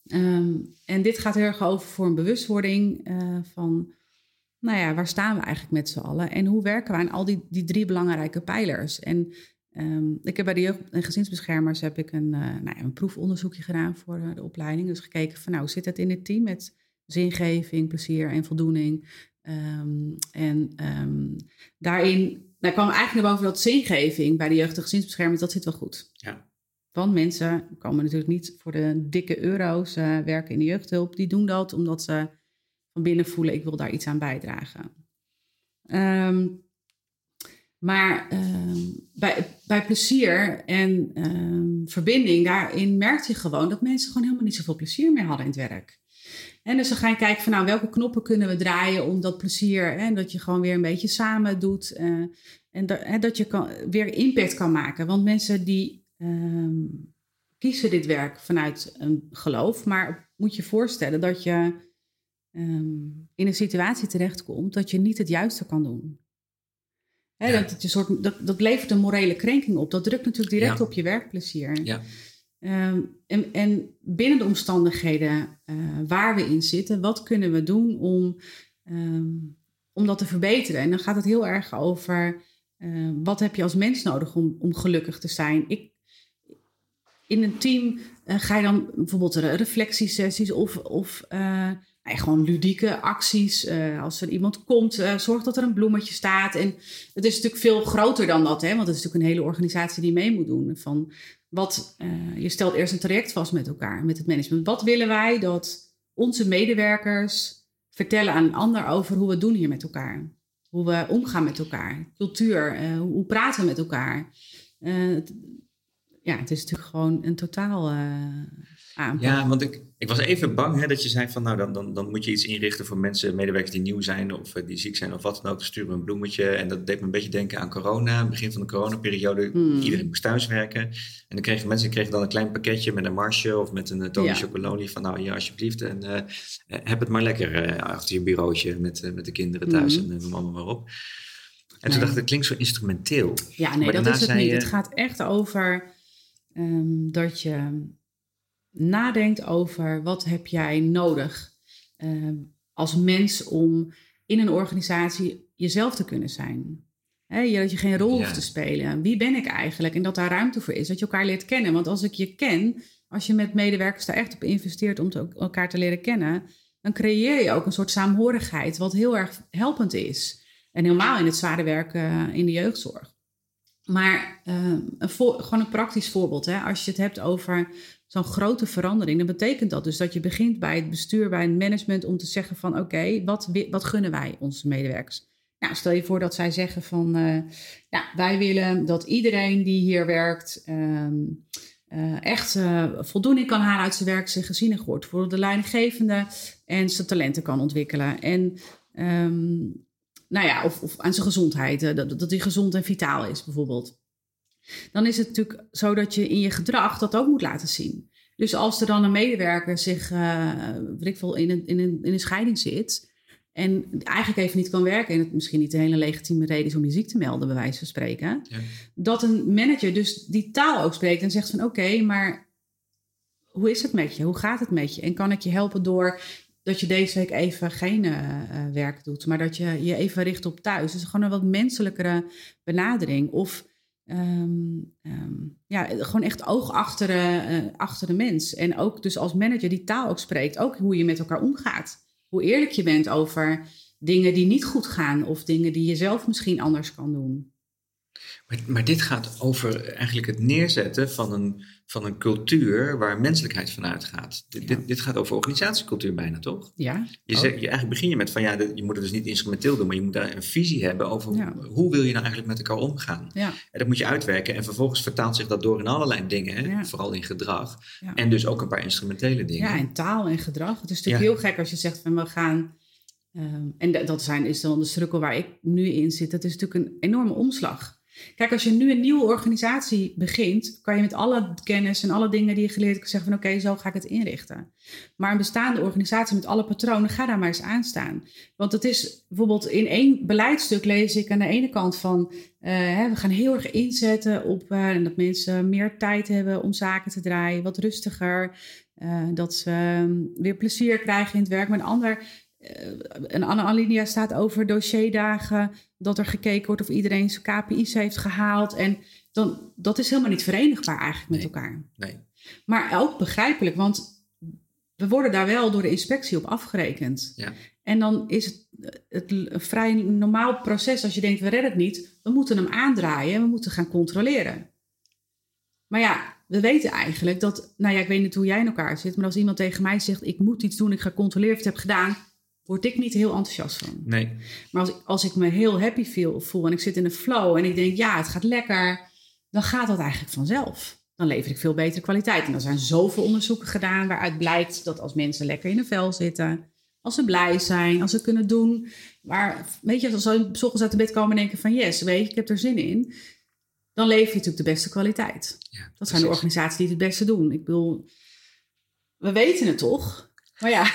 Um, en dit gaat heel erg over voor een bewustwording uh, van, nou ja, waar staan we eigenlijk met z'n allen? En hoe werken we aan al die, die drie belangrijke pijlers? En um, ik heb bij de jeugd- en gezinsbeschermers heb ik een, uh, nou ja, een proefonderzoekje gedaan voor uh, de opleiding. Dus gekeken van, nou, hoe zit het in het team met zingeving, plezier en voldoening? Um, en um, daarin daar kwam eigenlijk naar boven dat zingeving bij de jeugd- en gezinsbescherming, dat zit wel goed. Ja. Want mensen komen natuurlijk niet voor de dikke euro's uh, werken in de jeugdhulp. Die doen dat omdat ze van binnen voelen, ik wil daar iets aan bijdragen. Um, maar um, bij, bij plezier en um, verbinding, daarin merkte je gewoon dat mensen gewoon helemaal niet zoveel plezier meer hadden in het werk. En dus dan ga je kijken van, nou, welke knoppen kunnen we draaien om dat plezier, en dat je gewoon weer een beetje samen doet. Uh, en dat, en dat je kan, weer impact kan maken. Want mensen die um, kiezen dit werk vanuit een geloof, maar moet je voorstellen dat je um, in een situatie terechtkomt dat je niet het juiste kan doen. He, ja. dat, het een soort, dat, dat levert een morele krenking op. Dat drukt natuurlijk direct ja. op je werkplezier. Ja. Um, en, en binnen de omstandigheden uh, waar we in zitten, wat kunnen we doen om, um, om dat te verbeteren? En dan gaat het heel erg over, uh, wat heb je als mens nodig om, om gelukkig te zijn? Ik, in een team uh, ga je dan bijvoorbeeld reflectiesessies of, of uh, nou ja, gewoon ludieke acties. Uh, als er iemand komt, uh, zorg dat er een bloemetje staat. En het is natuurlijk veel groter dan dat, hè? Want het is natuurlijk een hele organisatie die mee moet doen. Van wat, uh, je stelt eerst een traject vast met elkaar, met het management. Wat willen wij dat onze medewerkers vertellen aan een ander over hoe we het doen hier met elkaar? Hoe we omgaan met elkaar? Cultuur, uh, hoe praten we met elkaar? Uh, het, ja, het is natuurlijk gewoon een totaal uh, aanpak. Ja, want ik, ik was even bang hè, dat je zei van, nou, dan, dan, dan moet je iets inrichten voor mensen, medewerkers die nieuw zijn of uh, die ziek zijn of wat dan ook. Dan sturen we een bloemetje. En dat deed me een beetje denken aan corona. Het begin van de coronaperiode, hmm. iedereen moest thuiswerken. En dan kregen mensen kregen dan een klein pakketje met een marsje of met een uh, Tony ja. Chocolonely van, nou ja, alsjeblieft. En uh, heb het maar lekker uh, achter je bureautje met, uh, met de kinderen thuis hmm. en uh, noem allemaal maar op. En nee. toen dacht ik, het klinkt zo instrumenteel. Ja, nee, maar dat is het niet. Je... Het gaat echt over um, dat je nadenkt over wat heb jij nodig um, als mens om in een organisatie jezelf te kunnen zijn. He, dat je geen rol ja. hoeft te spelen. Wie ben ik eigenlijk? En dat daar ruimte voor is. Dat je elkaar leert kennen. Want als ik je ken, als je met medewerkers daar echt op investeert om te, elkaar te leren kennen, dan creëer je ook een soort saamhorigheid wat heel erg helpend is. En helemaal in het zware werk uh, in de jeugdzorg. Maar uh, een voor, gewoon een praktisch voorbeeld. Hè? Als je het hebt over zo'n grote verandering, dan betekent dat dus dat je begint bij het bestuur, bij het management, om te zeggen van oké, okay, wat, wat gunnen wij onze medewerkers? Nou, stel je voor dat zij zeggen van uh, ja, wij willen dat iedereen die hier werkt um, uh, echt uh, voldoening kan halen uit zijn werk, zich gezien en gehoord voor de leidinggevende en zijn talenten kan ontwikkelen. En um, nou ja, of, of aan zijn gezondheid, uh, dat, dat hij gezond en vitaal is bijvoorbeeld. Dan is het natuurlijk zo dat je in je gedrag dat ook moet laten zien. Dus als er dan een medewerker zich uh, weet ik veel, in, een, in, een, in een scheiding zit en eigenlijk even niet kan werken en het misschien niet een hele legitieme reden is om je ziek te melden, bij wijze van spreken, ja. dat een manager dus die taal ook spreekt en zegt van oké, okay, maar hoe is het met je? Hoe gaat het met je? En kan ik je helpen door dat je deze week even geen uh, werk doet, maar dat je je even richt op thuis. Dus gewoon een wat menselijkere benadering. Of um, um, ja, gewoon echt oog achter, uh, achter de mens. En ook dus als manager die taal ook spreekt. Ook hoe je met elkaar omgaat. Hoe eerlijk je bent over dingen die niet goed gaan. Of dingen die je zelf misschien anders kan doen. Maar, maar dit gaat over eigenlijk het neerzetten van een, van een cultuur waar menselijkheid van uitgaat. Dit, ja. dit, dit gaat over organisatiecultuur bijna, toch? Ja. Je zegt, je, eigenlijk begin je met van ja, de, je moet het dus niet instrumenteel doen, maar je moet daar een visie hebben over ja. hoe, hoe wil je nou eigenlijk met elkaar omgaan. Ja. En dat moet je uitwerken en vervolgens vertaalt zich dat door in allerlei dingen, hè? Ja. Vooral in gedrag. Ja. En dus ook een paar instrumentele dingen. Ja, en taal en gedrag. Het is natuurlijk ja. heel gek als je zegt van we gaan... Um, en dat zijn, is dan de strukkel waar ik nu in zit. Dat is natuurlijk een enorme omslag. Kijk, als je nu een nieuwe organisatie begint, kan je met alle kennis en alle dingen die je geleerd hebt zeggen van oké, okay, zo ga ik het inrichten. Maar een bestaande organisatie met alle patronen, ga daar maar eens aan staan. Want het is bijvoorbeeld in één beleidstuk lees ik aan de ene kant van uh, hè, we gaan heel erg inzetten op uh, dat mensen meer tijd hebben om zaken te draaien, wat rustiger, uh, dat ze uh, weer plezier krijgen in het werk. Maar een ander Een andere alinea staat over dossierdagen, dat er gekeken wordt of iedereen zijn K P I's heeft gehaald. En dan, dat is helemaal niet verenigbaar eigenlijk met nee, elkaar. Nee. Maar ook begrijpelijk, want we worden daar wel door de inspectie op afgerekend. Ja. En dan is het, het een vrij normaal proces als je denkt, we redden het niet. We moeten hem aandraaien en we moeten gaan controleren. Maar ja, we weten eigenlijk dat, nou ja, ik weet niet hoe jij in elkaar zit, maar als iemand tegen mij zegt, ik moet iets doen, ik ga controleren of ik het heb gedaan, word ik niet heel enthousiast van. Nee. Maar als, als ik me heel happy feel, voel en ik zit in een flow en ik denk, ja, het gaat lekker, dan gaat dat eigenlijk vanzelf. Dan lever ik veel betere kwaliteit. En er zijn zoveel onderzoeken gedaan waaruit blijkt dat als mensen lekker in hun vel zitten, als ze blij zijn, als ze kunnen doen, maar weet je, als ze 's ochtends uit de bed komen en denken van yes, weet je, ik heb er zin in, dan lever je natuurlijk de beste kwaliteit. Ja, dat precies. zijn de organisaties die het beste doen. Ik bedoel, we weten het toch, maar ja...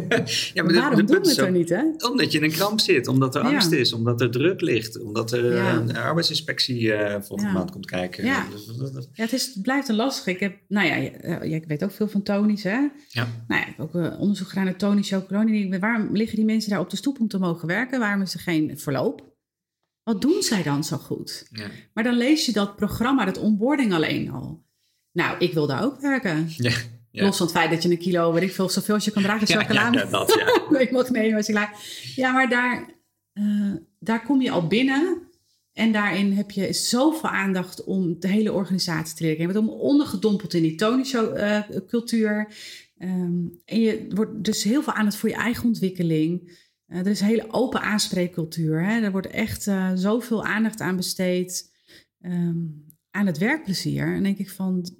ja, maar waarom de, de doen we het zo, er niet, hè? Omdat je in een kramp zit, omdat er angst ja. is, omdat er druk ligt, omdat er ja. een arbeidsinspectie uh, volgende ja. maand komt kijken. Ja, ja het, is, het blijft een lastig. Ik heb, nou ja, ja, ik weet ook veel van tonisch, hè? Ja. Nou ja, ik heb ook uh, onderzoek gedaan naar tonisch chocolade. Waarom liggen die mensen daar op de stoep om te mogen werken? Waarom is er geen verloop? Wat doen zij dan zo goed? Ja. Maar dan lees je dat programma, dat onboarding alleen al. Nou, ik wil daar ook werken. Ja. Ja. Los van het feit dat je een kilo, weet ik veel, zoveel als je kan dragen, chocola ja, ja, ja, dat, ja. ik mag nemen als je klaar. Ja, maar daar, uh, daar kom je al binnen. En daarin heb je zoveel aandacht om de hele organisatie te leren. Je bent allemaal ondergedompeld in die tonisch-cultuur. Uh, um, en je wordt dus heel veel aandacht voor je eigen ontwikkeling. Uh, er is een hele open aanspreekcultuur. Hè? Er wordt echt uh, zoveel aandacht aan besteed. Um, aan het werkplezier. En dan denk ik van,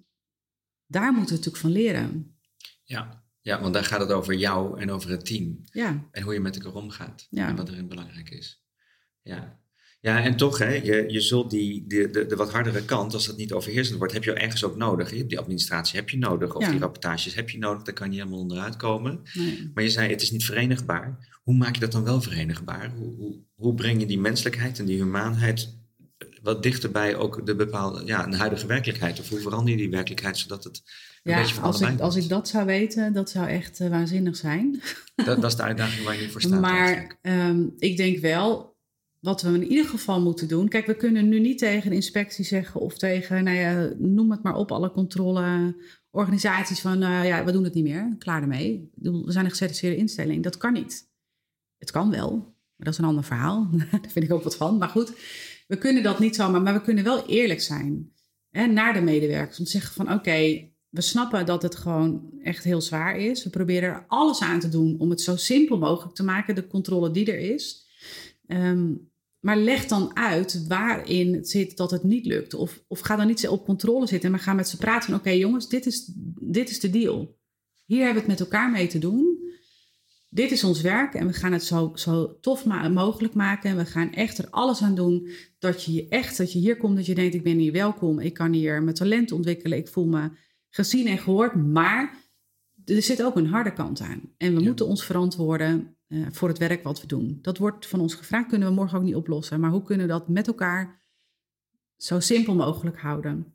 daar moeten we natuurlijk van leren. Ja, ja, want daar gaat het over jou en over het team. Ja. En hoe je met elkaar omgaat. Ja. En wat erin belangrijk is. Ja. Ja, en toch, hè, je, je zult die, de, de, de wat hardere kant, als dat niet overheersend wordt, heb je ergens ook nodig. Je hebt die administratie heb je nodig, of ja. die rapportages heb je nodig, daar kan je niet helemaal onderuit komen. Nee. Maar je zei, het is niet verenigbaar. Hoe maak je dat dan wel verenigbaar? Hoe, hoe, hoe breng je die menselijkheid en die humaanheid wat dichterbij ook de bepaalde, ja, een huidige werkelijkheid? Of hoe verander je die werkelijkheid, zodat het een ja, beetje van als allebei ik, als ik dat zou weten, dat zou echt uh, waanzinnig zijn. Dat, dat is de uitdaging waar je nu voor staat. Maar um, ik denk wel, wat we in ieder geval moeten doen. Kijk, we kunnen nu niet tegen de inspectie zeggen of tegen, nou ja, noem het maar op, alle controleorganisaties van, uh, ja, we doen het niet meer, klaar ermee. We zijn een gecertificeerde instelling. Dat kan niet. Het kan wel, maar dat is een ander verhaal. Daar vind ik ook wat van. Maar goed, we kunnen dat niet zomaar, maar we kunnen wel eerlijk zijn, hè, naar de medewerkers. Om te zeggen van, oké, okay, we snappen dat het gewoon echt heel zwaar is. We proberen er alles aan te doen om het zo simpel mogelijk te maken, de controle die er is. Um, maar leg dan uit waarin het zit dat het niet lukt. Of, of ga dan niet op controle zitten, maar ga met ze praten van, oké okay, jongens, dit is, dit is de deal. Hier hebben we het met elkaar mee te doen. Dit is ons werk en we gaan het zo, zo tof ma- mogelijk maken. En we gaan echt er alles aan doen dat je echt, dat je hier komt, dat je denkt, ik ben hier welkom. Ik kan hier mijn talent ontwikkelen. Ik voel me gezien en gehoord. Maar er zit ook een harde kant aan. En we ja. moeten ons verantwoorden uh, voor het werk wat we doen. Dat wordt van ons gevraagd, kunnen we morgen ook niet oplossen. Maar hoe kunnen we dat met elkaar zo simpel mogelijk houden?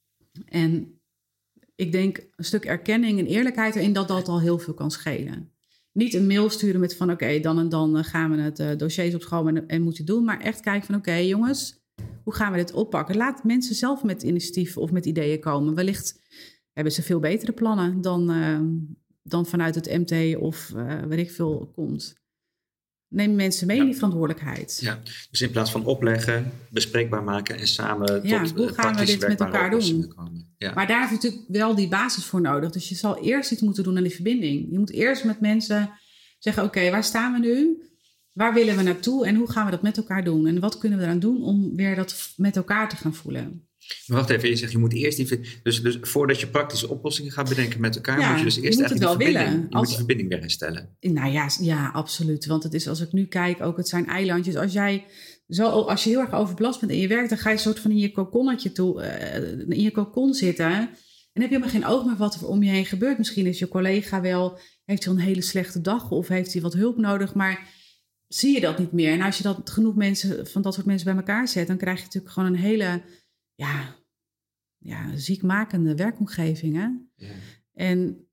En ik denk een stuk erkenning en eerlijkheid erin dat dat al heel veel kan schelen. Niet een mail sturen met van oké, okay, dan en dan gaan we het uh, dossiers opschomen en, en moet je doen. Maar echt kijken van oké okay, jongens, hoe gaan we dit oppakken? Laat mensen zelf met initiatieven of met ideeën komen. Wellicht hebben ze veel betere plannen dan, uh, dan vanuit het M T of uh, weet ik veel komt. Neem mensen mee ja. in die verantwoordelijkheid. Ja, dus in plaats van opleggen, bespreekbaar maken en samen ja, tot hoe gaan we dit met elkaar doen? Komen. Ja. Maar daar heb je natuurlijk wel die basis voor nodig. Dus je zal eerst iets moeten doen aan die verbinding. Je moet eerst met mensen zeggen, oké, okay, waar staan we nu? Waar willen we naartoe? En hoe gaan we dat met elkaar doen? En wat kunnen we eraan doen om weer dat met elkaar te gaan voelen? Maar wacht even, je zegt je moet eerst die... Dus, dus voordat je praktische oplossingen gaat bedenken met elkaar... Ja, moet je dus eerst je moet het wel die willen. Je als, moet die verbinding weer herstellen. Nou ja, ja, absoluut. Want het is, als ik nu kijk, ook het zijn eilandjes. Als jij zo, als je heel erg overbelast bent in je werk, dan ga je soort van in je kokonnetje toe, uh, in je kokon zitten. En heb je helemaal geen oog meer wat er om je heen gebeurt. Misschien is je collega wel, heeft hij een hele slechte dag of heeft hij wat hulp nodig, maar zie je dat niet meer. En als je dat genoeg mensen van dat soort mensen bij elkaar zet, dan krijg je natuurlijk gewoon een hele, ja, ja ziekmakende werkomgeving. Hè? Ja. En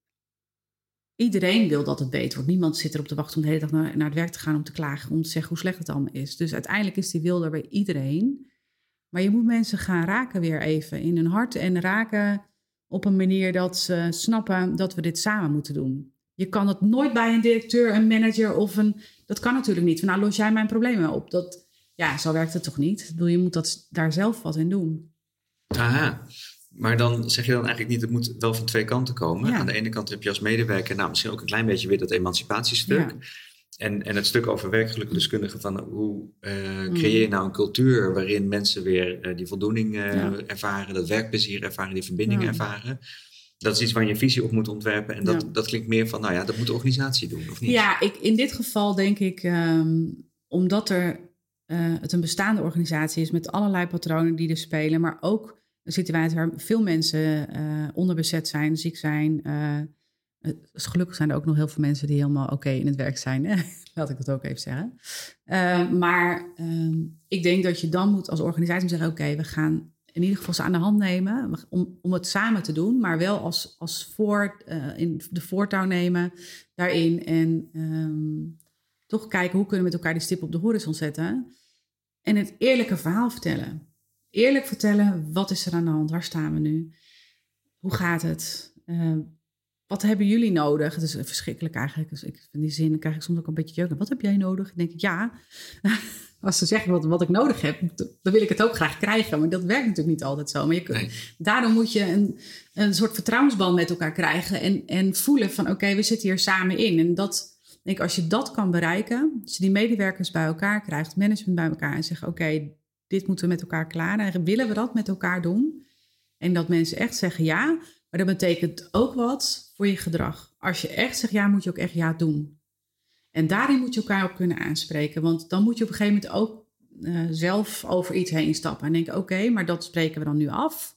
iedereen wil dat het beter wordt. Niemand zit erop te wachten om de hele dag naar, naar het werk te gaan om te klagen, om te zeggen hoe slecht het allemaal is. Dus uiteindelijk is die wil er bij iedereen. Maar je moet mensen gaan raken weer even in hun hart en raken op een manier dat ze snappen dat we dit samen moeten doen. Je kan het nooit bij een directeur, een manager of een... Dat kan natuurlijk niet. Van, nou, los jij mijn problemen op. Dat, ja, zo werkt het toch niet? Ik bedoel, je moet dat, daar zelf wat in doen. Aha. Maar dan zeg je dan eigenlijk niet, het moet wel van twee kanten komen. Ja. Aan de ene kant heb je als medewerker, nou misschien ook een klein beetje weer dat emancipatiestuk. Ja. En, en het stuk over werkgelukdeskundigen van hoe uh, creëer je nou een cultuur waarin mensen weer uh, die voldoening uh, ja. ervaren, dat werkplezier ervaren, die verbinding ja. ervaren. Dat is iets waar je een visie op moet ontwerpen. En dat, ja. dat klinkt meer van, nou ja, dat moet de organisatie doen, of niet? Ja, ik, in dit geval denk ik, um, omdat er, uh, het een bestaande organisatie is met allerlei patronen die er spelen, maar ook een situatie waar veel mensen uh, onderbezet zijn, ziek zijn. Uh, dus gelukkig zijn er ook nog heel veel mensen die helemaal oké okay in het werk zijn. Hè? Laat ik dat ook even zeggen. Uh, maar uh, ik denk dat je dan moet als organisatie zeggen, oké, okay, we gaan in ieder geval ze aan de hand nemen om, om het samen te doen, maar wel als, als voor, uh, in de voortouw nemen daarin en um, toch kijken hoe kunnen we met elkaar die stip op de horizon zetten en het eerlijke verhaal vertellen. Eerlijk vertellen, wat is er aan de hand? Waar staan we nu? Hoe gaat het? Uh, wat hebben jullie nodig? Het is verschrikkelijk eigenlijk. Dus ik, in die zin krijg ik soms ook een beetje jeuk. Wat heb jij nodig? Dan denk ik, ja. Als ze zeggen wat, wat ik nodig heb, dan wil ik het ook graag krijgen. Maar dat werkt natuurlijk niet altijd zo. Maar je, nee. Daardoor moet je een, een soort vertrouwensband met elkaar krijgen. En, en voelen van, oké, okay, we zitten hier samen in. En dat, denk ik, als je dat kan bereiken, als je die medewerkers bij elkaar krijgt, management bij elkaar en zeggen, oké, okay, dit moeten we met elkaar klaren. En willen we dat met elkaar doen? En dat mensen echt zeggen ja, maar dat betekent ook wat voor je gedrag. Als je echt zegt ja, moet je ook echt ja doen. En daarin moet je elkaar ook kunnen aanspreken. Want dan moet je op een gegeven moment ook uh, zelf over iets heen stappen. En denken, oké, okay, maar dat spreken we dan nu af.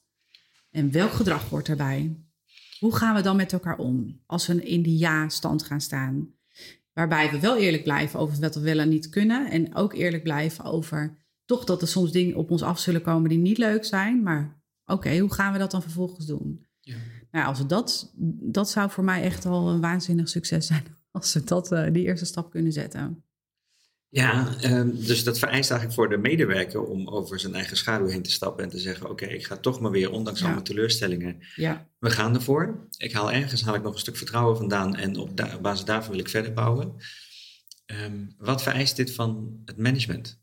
En welk gedrag hoort daarbij? Hoe gaan we dan met elkaar om? Als we in die ja-stand gaan staan. Waarbij we wel eerlijk blijven over wat we wel en niet kunnen. En ook eerlijk blijven over toch dat er soms dingen op ons af zullen komen die niet leuk zijn. Maar oké, okay, hoe gaan we dat dan vervolgens doen? Ja. Nou, als we dat, dat zou voor mij echt al een waanzinnig succes zijn. Als we dat, uh, die eerste stap kunnen zetten. Ja, um, dus dat vereist eigenlijk voor de medewerker om over zijn eigen schaduw heen te stappen en te zeggen, oké, okay, ik ga toch maar weer, ondanks ja. alle teleurstellingen, ja. we gaan ervoor. Ik haal ergens, haal ik nog een stuk vertrouwen vandaan en op, da- op basis daarvan wil ik verder bouwen. Um, wat vereist dit van het management?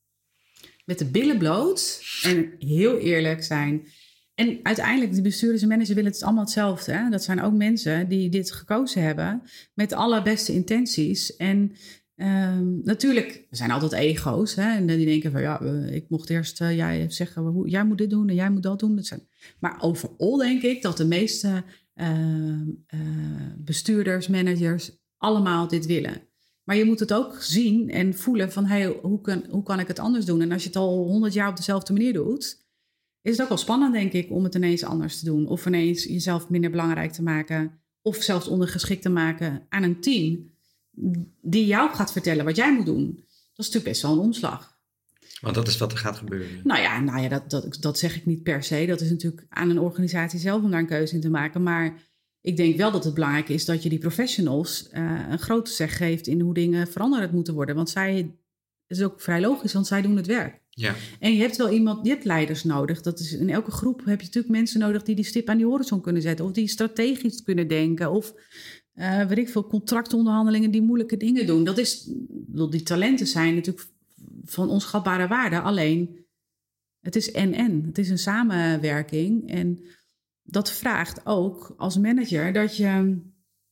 Met de billen bloot en heel eerlijk zijn. En uiteindelijk, de bestuurders en managers willen het allemaal hetzelfde. Hè? Dat zijn ook mensen die dit gekozen hebben met de allerbeste intenties. En um, natuurlijk, er zijn altijd ego's. Hè? En die denken van, ja, ik mocht eerst uh, jij zeggen, hoe, jij moet dit doen en jij moet dat doen. Dat zijn... Maar overal denk ik dat de meeste uh, uh, bestuurders, managers allemaal dit willen. Maar je moet het ook zien en voelen van, hey, hoe, kan, hoe kan ik het anders doen? En als je het al honderd jaar op dezelfde manier doet, is het ook wel spannend, denk ik, om het ineens anders te doen. Of ineens jezelf minder belangrijk te maken. Of zelfs ondergeschikt te maken aan een team die jou gaat vertellen wat jij moet doen. Dat is natuurlijk best wel een omslag. Want dat is wat er gaat gebeuren. Nou ja, nou ja dat, dat, dat zeg ik niet per se. Dat is natuurlijk aan een organisatie zelf om daar een keuze in te maken. Maar ik denk wel dat het belangrijk is dat je die professionals uh, een grote zeg geeft in hoe dingen veranderd moeten worden. Want zij, het is ook vrij logisch, want zij doen het werk. Ja. En je hebt wel iemand, je hebt leiders nodig. Dat is, in elke groep heb je natuurlijk mensen nodig die die stip aan die horizon kunnen zetten. Of die strategisch kunnen denken. Of uh, weet ik veel, contractonderhandelingen die moeilijke dingen doen. Dat is, die talenten zijn natuurlijk van onschatbare waarde. Alleen, het is en-en. Het is een samenwerking. En dat vraagt ook als manager dat je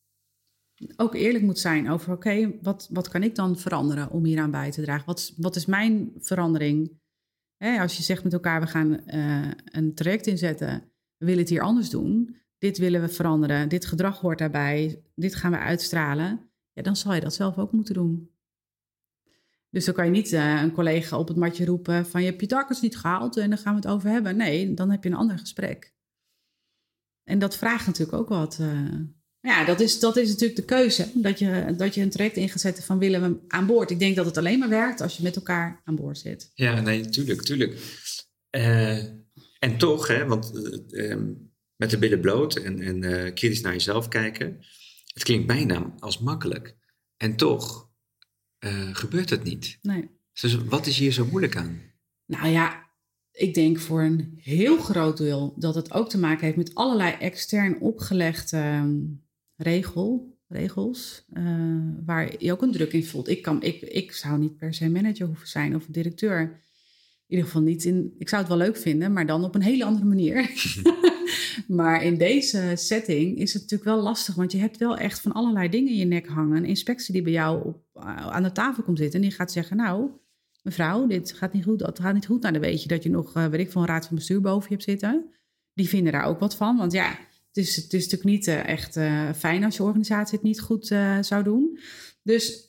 ook eerlijk moet zijn over, oké, okay, wat, wat kan ik dan veranderen om hieraan bij te dragen? Wat, wat is mijn verandering? Hè, als je zegt met elkaar, we gaan uh, een traject inzetten, we willen het hier anders doen, dit willen we veranderen, dit gedrag hoort daarbij, dit gaan we uitstralen, ja, dan zal je dat zelf ook moeten doen. Dus dan kan je niet uh, een collega op het matje roepen van je hebt je targets niet gehaald en dan gaan we het over hebben. Nee, dan heb je een ander gesprek. En dat vraagt natuurlijk ook wat. Uh, ja, dat is, dat is natuurlijk de keuze. Dat je, dat je een traject in gaat zetten van willen we aan boord. Ik denk dat het alleen maar werkt als je met elkaar aan boord zit. Ja, nee, tuurlijk, tuurlijk. Uh, en toch, hè, want uh, um, met de billen bloot en, en uh, kritisch naar jezelf kijken. Het klinkt bijna als makkelijk. En toch uh, gebeurt het niet. Nee. Dus wat is hier zo moeilijk aan? Nou ja, ik denk voor een heel groot deel dat het ook te maken heeft met allerlei extern opgelegde um, regel, regels. Uh, waar je ook een druk in voelt. Ik, kan, ik, ik zou niet per se manager hoeven zijn of directeur. In ieder geval niet in. Ik zou het wel leuk vinden, maar dan op een hele andere manier. Maar in deze setting is het natuurlijk wel lastig, want je hebt wel echt van allerlei dingen in je nek hangen. Een inspectie die bij jou op, uh, aan de tafel komt zitten en die gaat zeggen, nou, mevrouw, dit gaat niet goed, dat gaat niet goed. Nou, dan weet je dat je nog, uh, weet ik veel, een raad van bestuur boven je hebt zitten. Die vinden daar ook wat van, want ja, het is, het is natuurlijk niet uh, echt uh, fijn als je organisatie het niet goed uh, zou doen. Dus...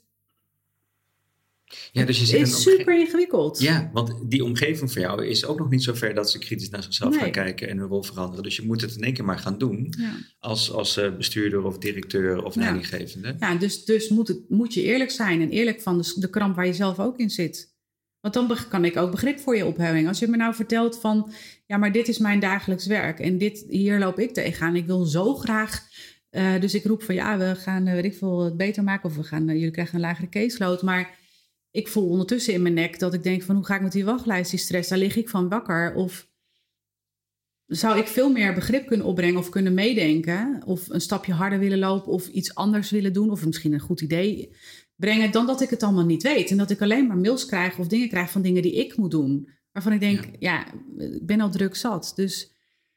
Ja, dus je het is omge- super ingewikkeld. Ja, want die omgeving van jou is ook nog niet zo ver dat ze kritisch naar zichzelf nee. gaan kijken en hun rol veranderen. Dus je moet het in één keer maar gaan doen ja. als, als uh, bestuurder of directeur of leidinggevende. Ja, ja dus, dus moet, het, moet je eerlijk zijn en eerlijk van de, de kramp waar je zelf ook in zit. Want dan kan ik ook begrip voor je ophebbing. Als je me nou vertelt van, ja, maar dit is mijn dagelijks werk en dit, hier loop ik tegenaan. Ik wil zo graag, uh, dus ik roep van ja, we gaan uh, weet ik veel, het beter maken of we gaan, uh, jullie krijgen een lagere caseload, maar ik voel ondertussen in mijn nek dat ik denk van hoe ga ik met die wachtlijst, die stress, daar lig ik van wakker. Of zou ik veel meer begrip kunnen opbrengen of kunnen meedenken. Of een stapje harder willen lopen of iets anders willen doen. Of misschien een goed idee brengen dan dat ik het allemaal niet weet. En dat ik alleen maar mails krijg of dingen krijg van dingen die ik moet doen. Waarvan ik denk, ja, ja ik ben al druk zat. Dus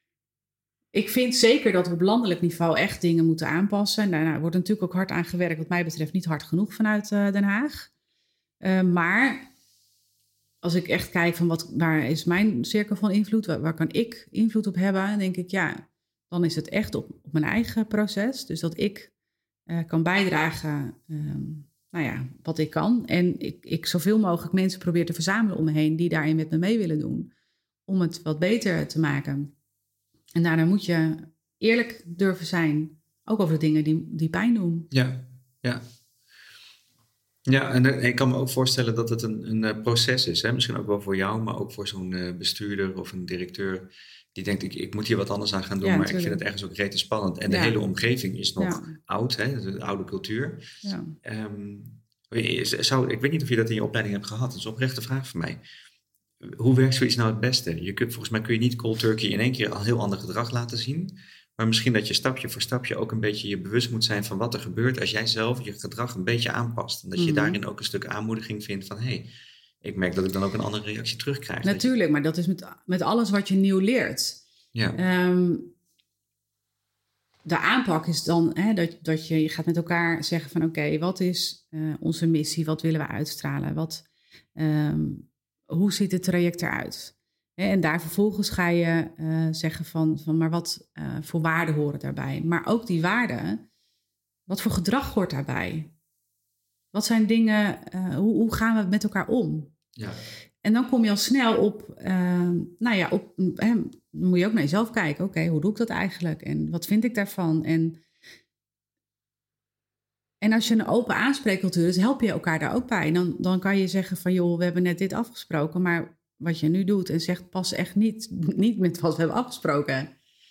ik vind zeker dat we op landelijk niveau echt dingen moeten aanpassen. En daar nou, wordt natuurlijk ook hard aan gewerkt. Wat mij betreft niet hard genoeg vanuit uh, Den Haag. Uh, maar als ik echt kijk van wat, waar is mijn cirkel van invloed, waar, waar kan ik invloed op hebben, dan denk ik ja, dan is het echt op, op mijn eigen proces. Dus dat ik uh, kan bijdragen, um, nou ja, wat ik kan. En ik, ik zoveel mogelijk mensen probeer te verzamelen om me heen die daarin met me mee willen doen, om het wat beter te maken. En daarna moet je eerlijk durven zijn, ook over de dingen die, die pijn doen. Ja, ja. Ja, en ik kan me ook voorstellen dat het een, een proces is. Hè? Misschien ook wel voor jou, maar ook voor zo'n bestuurder of een directeur die denkt, ik, ik moet hier wat anders aan gaan doen, ja, maar natuurlijk. Ik vind het ergens ook rete spannend. En de ja. hele omgeving is nog ja. oud, hè? De oude cultuur. Ja. Um, zou, ik weet niet of je dat in je opleiding hebt gehad. Dat is een oprechte vraag voor mij. Hoe werkt zoiets nou het beste? Je kunt, volgens mij kun je niet cold turkey in één keer al heel ander gedrag laten zien. Maar misschien dat je stapje voor stapje ook een beetje je bewust moet zijn van wat er gebeurt als jij zelf je gedrag een beetje aanpast. En dat je mm-hmm. daarin ook een stuk aanmoediging vindt van hé, hey, ik merk dat ik dan ook een andere reactie terugkrijg. Natuurlijk, je... maar dat is met, met alles wat je nieuw leert. Ja. Um, de aanpak is dan hè, dat, dat je, je gaat met elkaar zeggen van oké, okay, wat is uh, onze missie? Wat willen we uitstralen? Wat, um, hoe ziet het traject eruit? En daar vervolgens ga je uh, zeggen van, van, maar wat uh, voor waarden horen daarbij? Maar ook die waarden, wat voor gedrag hoort daarbij? Wat zijn dingen, uh, hoe, hoe gaan we met elkaar om? Ja. En dan kom je al snel op, uh, nou ja, op, hè, dan moet je ook naar jezelf kijken. Oké, okay, hoe doe ik dat eigenlijk? En wat vind ik daarvan? En, en als je een open aanspreekcultuur is, help je elkaar daar ook bij. Dan, dan kan je zeggen van, joh, we hebben net dit afgesproken, maar wat je nu doet en zegt, past echt niet, niet met wat we hebben afgesproken.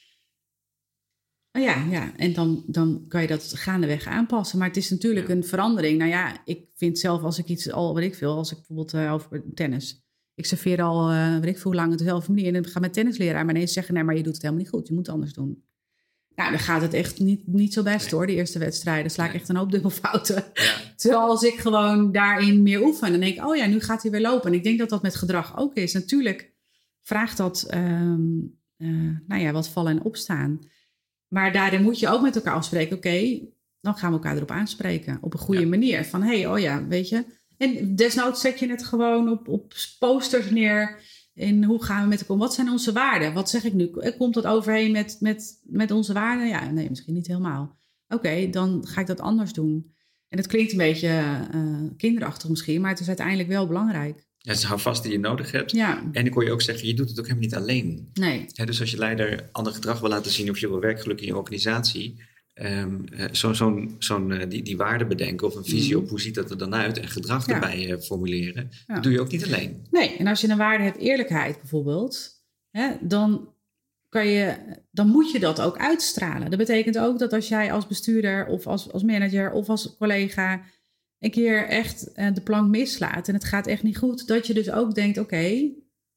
Oh ja, ja, en dan, dan kan je dat gaandeweg aanpassen. Maar het is natuurlijk ja. een verandering. Nou ja, ik vind zelf als ik iets al, weet ik veel, als ik bijvoorbeeld uh, over tennis. Ik serveer al, uh, weet ik veel, hoe lang dezelfde manier. En dan ga met tennisleraar maar ineens zeggen, nee, maar je doet het helemaal niet goed. Je moet het anders doen. Nou, dan gaat het echt niet, niet zo best nee. hoor, de eerste wedstrijden. Sla ik nee. echt een hoop dubbelfouten. Ja. Terwijl als ik gewoon daarin meer oefen, dan denk ik, oh ja, nu gaat hij weer lopen. En ik denk dat dat met gedrag ook is. Natuurlijk vraagt dat, um, uh, nou ja, wat vallen en opstaan. Maar daarin moet je ook met elkaar afspreken. Oké, okay, dan gaan we elkaar erop aanspreken. Op een goede ja. manier. Van, hé, hey, oh ja, weet je. En desnoods zet je het gewoon op, op posters neer. En hoe gaan we met elkaar om? Wat zijn onze waarden? Wat zeg ik nu? Komt dat overheen met, met, met onze waarden? Ja, nee, misschien niet helemaal. Oké, okay, dan ga ik dat anders doen. En het klinkt een beetje uh, kinderachtig misschien, maar het is uiteindelijk wel belangrijk. Ja, dus hou vast die je nodig hebt. Ja. En ik hoor je ook zeggen, je doet het ook helemaal niet alleen. Nee. Ja, dus als je leider ander gedrag wil laten zien of je wil werkgeluk in je organisatie, um, uh, zo'n zo'n zo'n uh, die, die waarde bedenken of een visie mm. op hoe ziet dat er dan uit en gedrag ja. erbij uh, formuleren, ja. dat doe je ook niet alleen. Nee, en als je een waarde hebt, eerlijkheid bijvoorbeeld, hè, dan, kan je, dan moet je dat ook uitstralen. Dat betekent ook dat als jij als bestuurder of als, als manager of als collega een keer echt uh, de plank mislaat en het gaat echt niet goed, dat je dus ook denkt, oké, okay,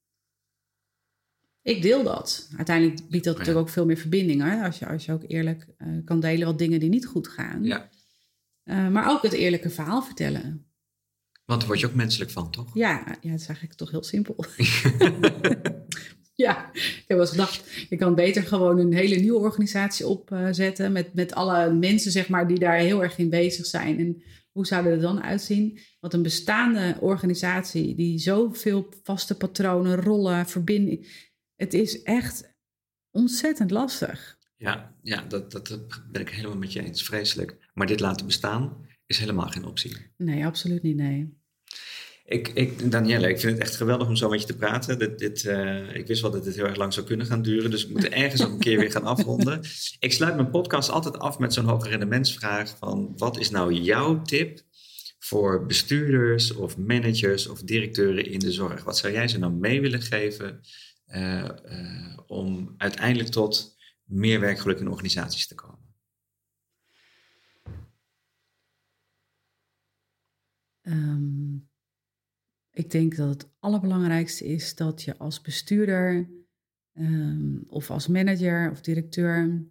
ik deel dat. Uiteindelijk biedt dat ja. natuurlijk ook veel meer verbinding, hè? Als je, als je ook eerlijk uh, kan delen wat dingen die niet goed gaan. Ja. Uh, maar ook het eerlijke verhaal vertellen. Want daar word je ook menselijk van, toch? Ja, ja, het is eigenlijk toch heel simpel. Ja, ik heb wel eens gedacht, je kan beter gewoon een hele nieuwe organisatie opzetten met, met alle mensen, zeg maar, die daar heel erg in bezig zijn. En hoe zou het er dan uitzien? Want een bestaande organisatie die zoveel vaste patronen, rollen, verbinding, het is echt ontzettend lastig. Ja, ja dat, dat ben ik helemaal met je eens. Vreselijk. Maar dit laten bestaan is helemaal geen optie. Nee, absoluut niet, nee. Ik, ik, Danielle, ik vind het echt geweldig om zo met je te praten. Dit, dit, uh, ik wist wel dat dit heel erg lang zou kunnen gaan duren. Dus we moeten ergens ook een keer weer gaan afronden. Ik sluit mijn podcast altijd af met zo'n hoge rendementsvraag van wat is nou jouw tip voor bestuurders of managers of directeuren in de zorg? Wat zou jij ze nou mee willen geven uh, uh, om uiteindelijk tot meer werkgeluk in organisaties te komen? Um... Ik denk dat het allerbelangrijkste is dat je als bestuurder um, of als manager of directeur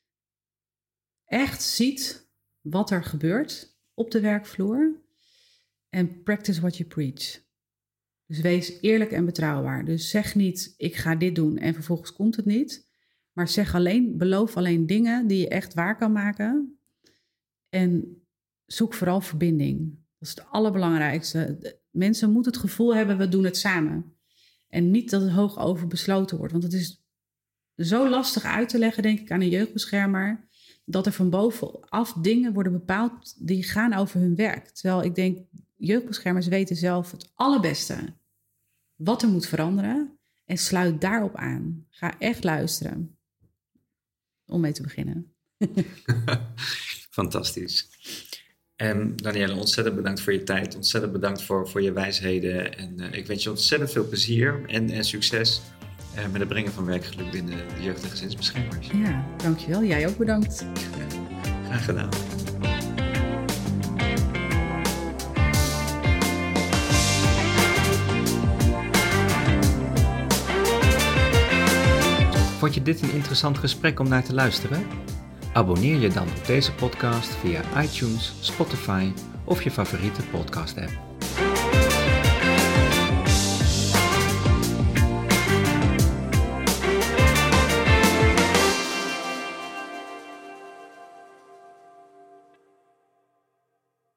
echt ziet wat er gebeurt op de werkvloer en practice what you preach. Dus wees eerlijk en betrouwbaar. Dus zeg niet, ik ga dit doen en vervolgens komt het niet. Maar zeg alleen, beloof alleen dingen die je echt waar kan maken. En zoek vooral verbinding. Dat is het allerbelangrijkste. Mensen moeten het gevoel hebben, we doen het samen. En niet dat het hoog over besloten wordt. Want het is zo lastig uit te leggen, denk ik, aan een jeugdbeschermer, dat er van bovenaf dingen worden bepaald die gaan over hun werk. Terwijl ik denk, jeugdbeschermers weten zelf het allerbeste wat er moet veranderen. En sluit daarop aan. Ga echt luisteren. Om mee te beginnen. Fantastisch. En Danielle, ontzettend bedankt voor je tijd. Ontzettend bedankt voor, voor je wijsheden. En uh, ik wens je ontzettend veel plezier en, en succes uh, met het brengen van werkgeluk binnen de jeugd- en gezinsbeschermers. Ja, dankjewel. Jij ook bedankt. Ja, graag gedaan. Vond je dit een interessant gesprek om naar te luisteren? Abonneer je dan op deze podcast via iTunes, Spotify of je favoriete podcast-app.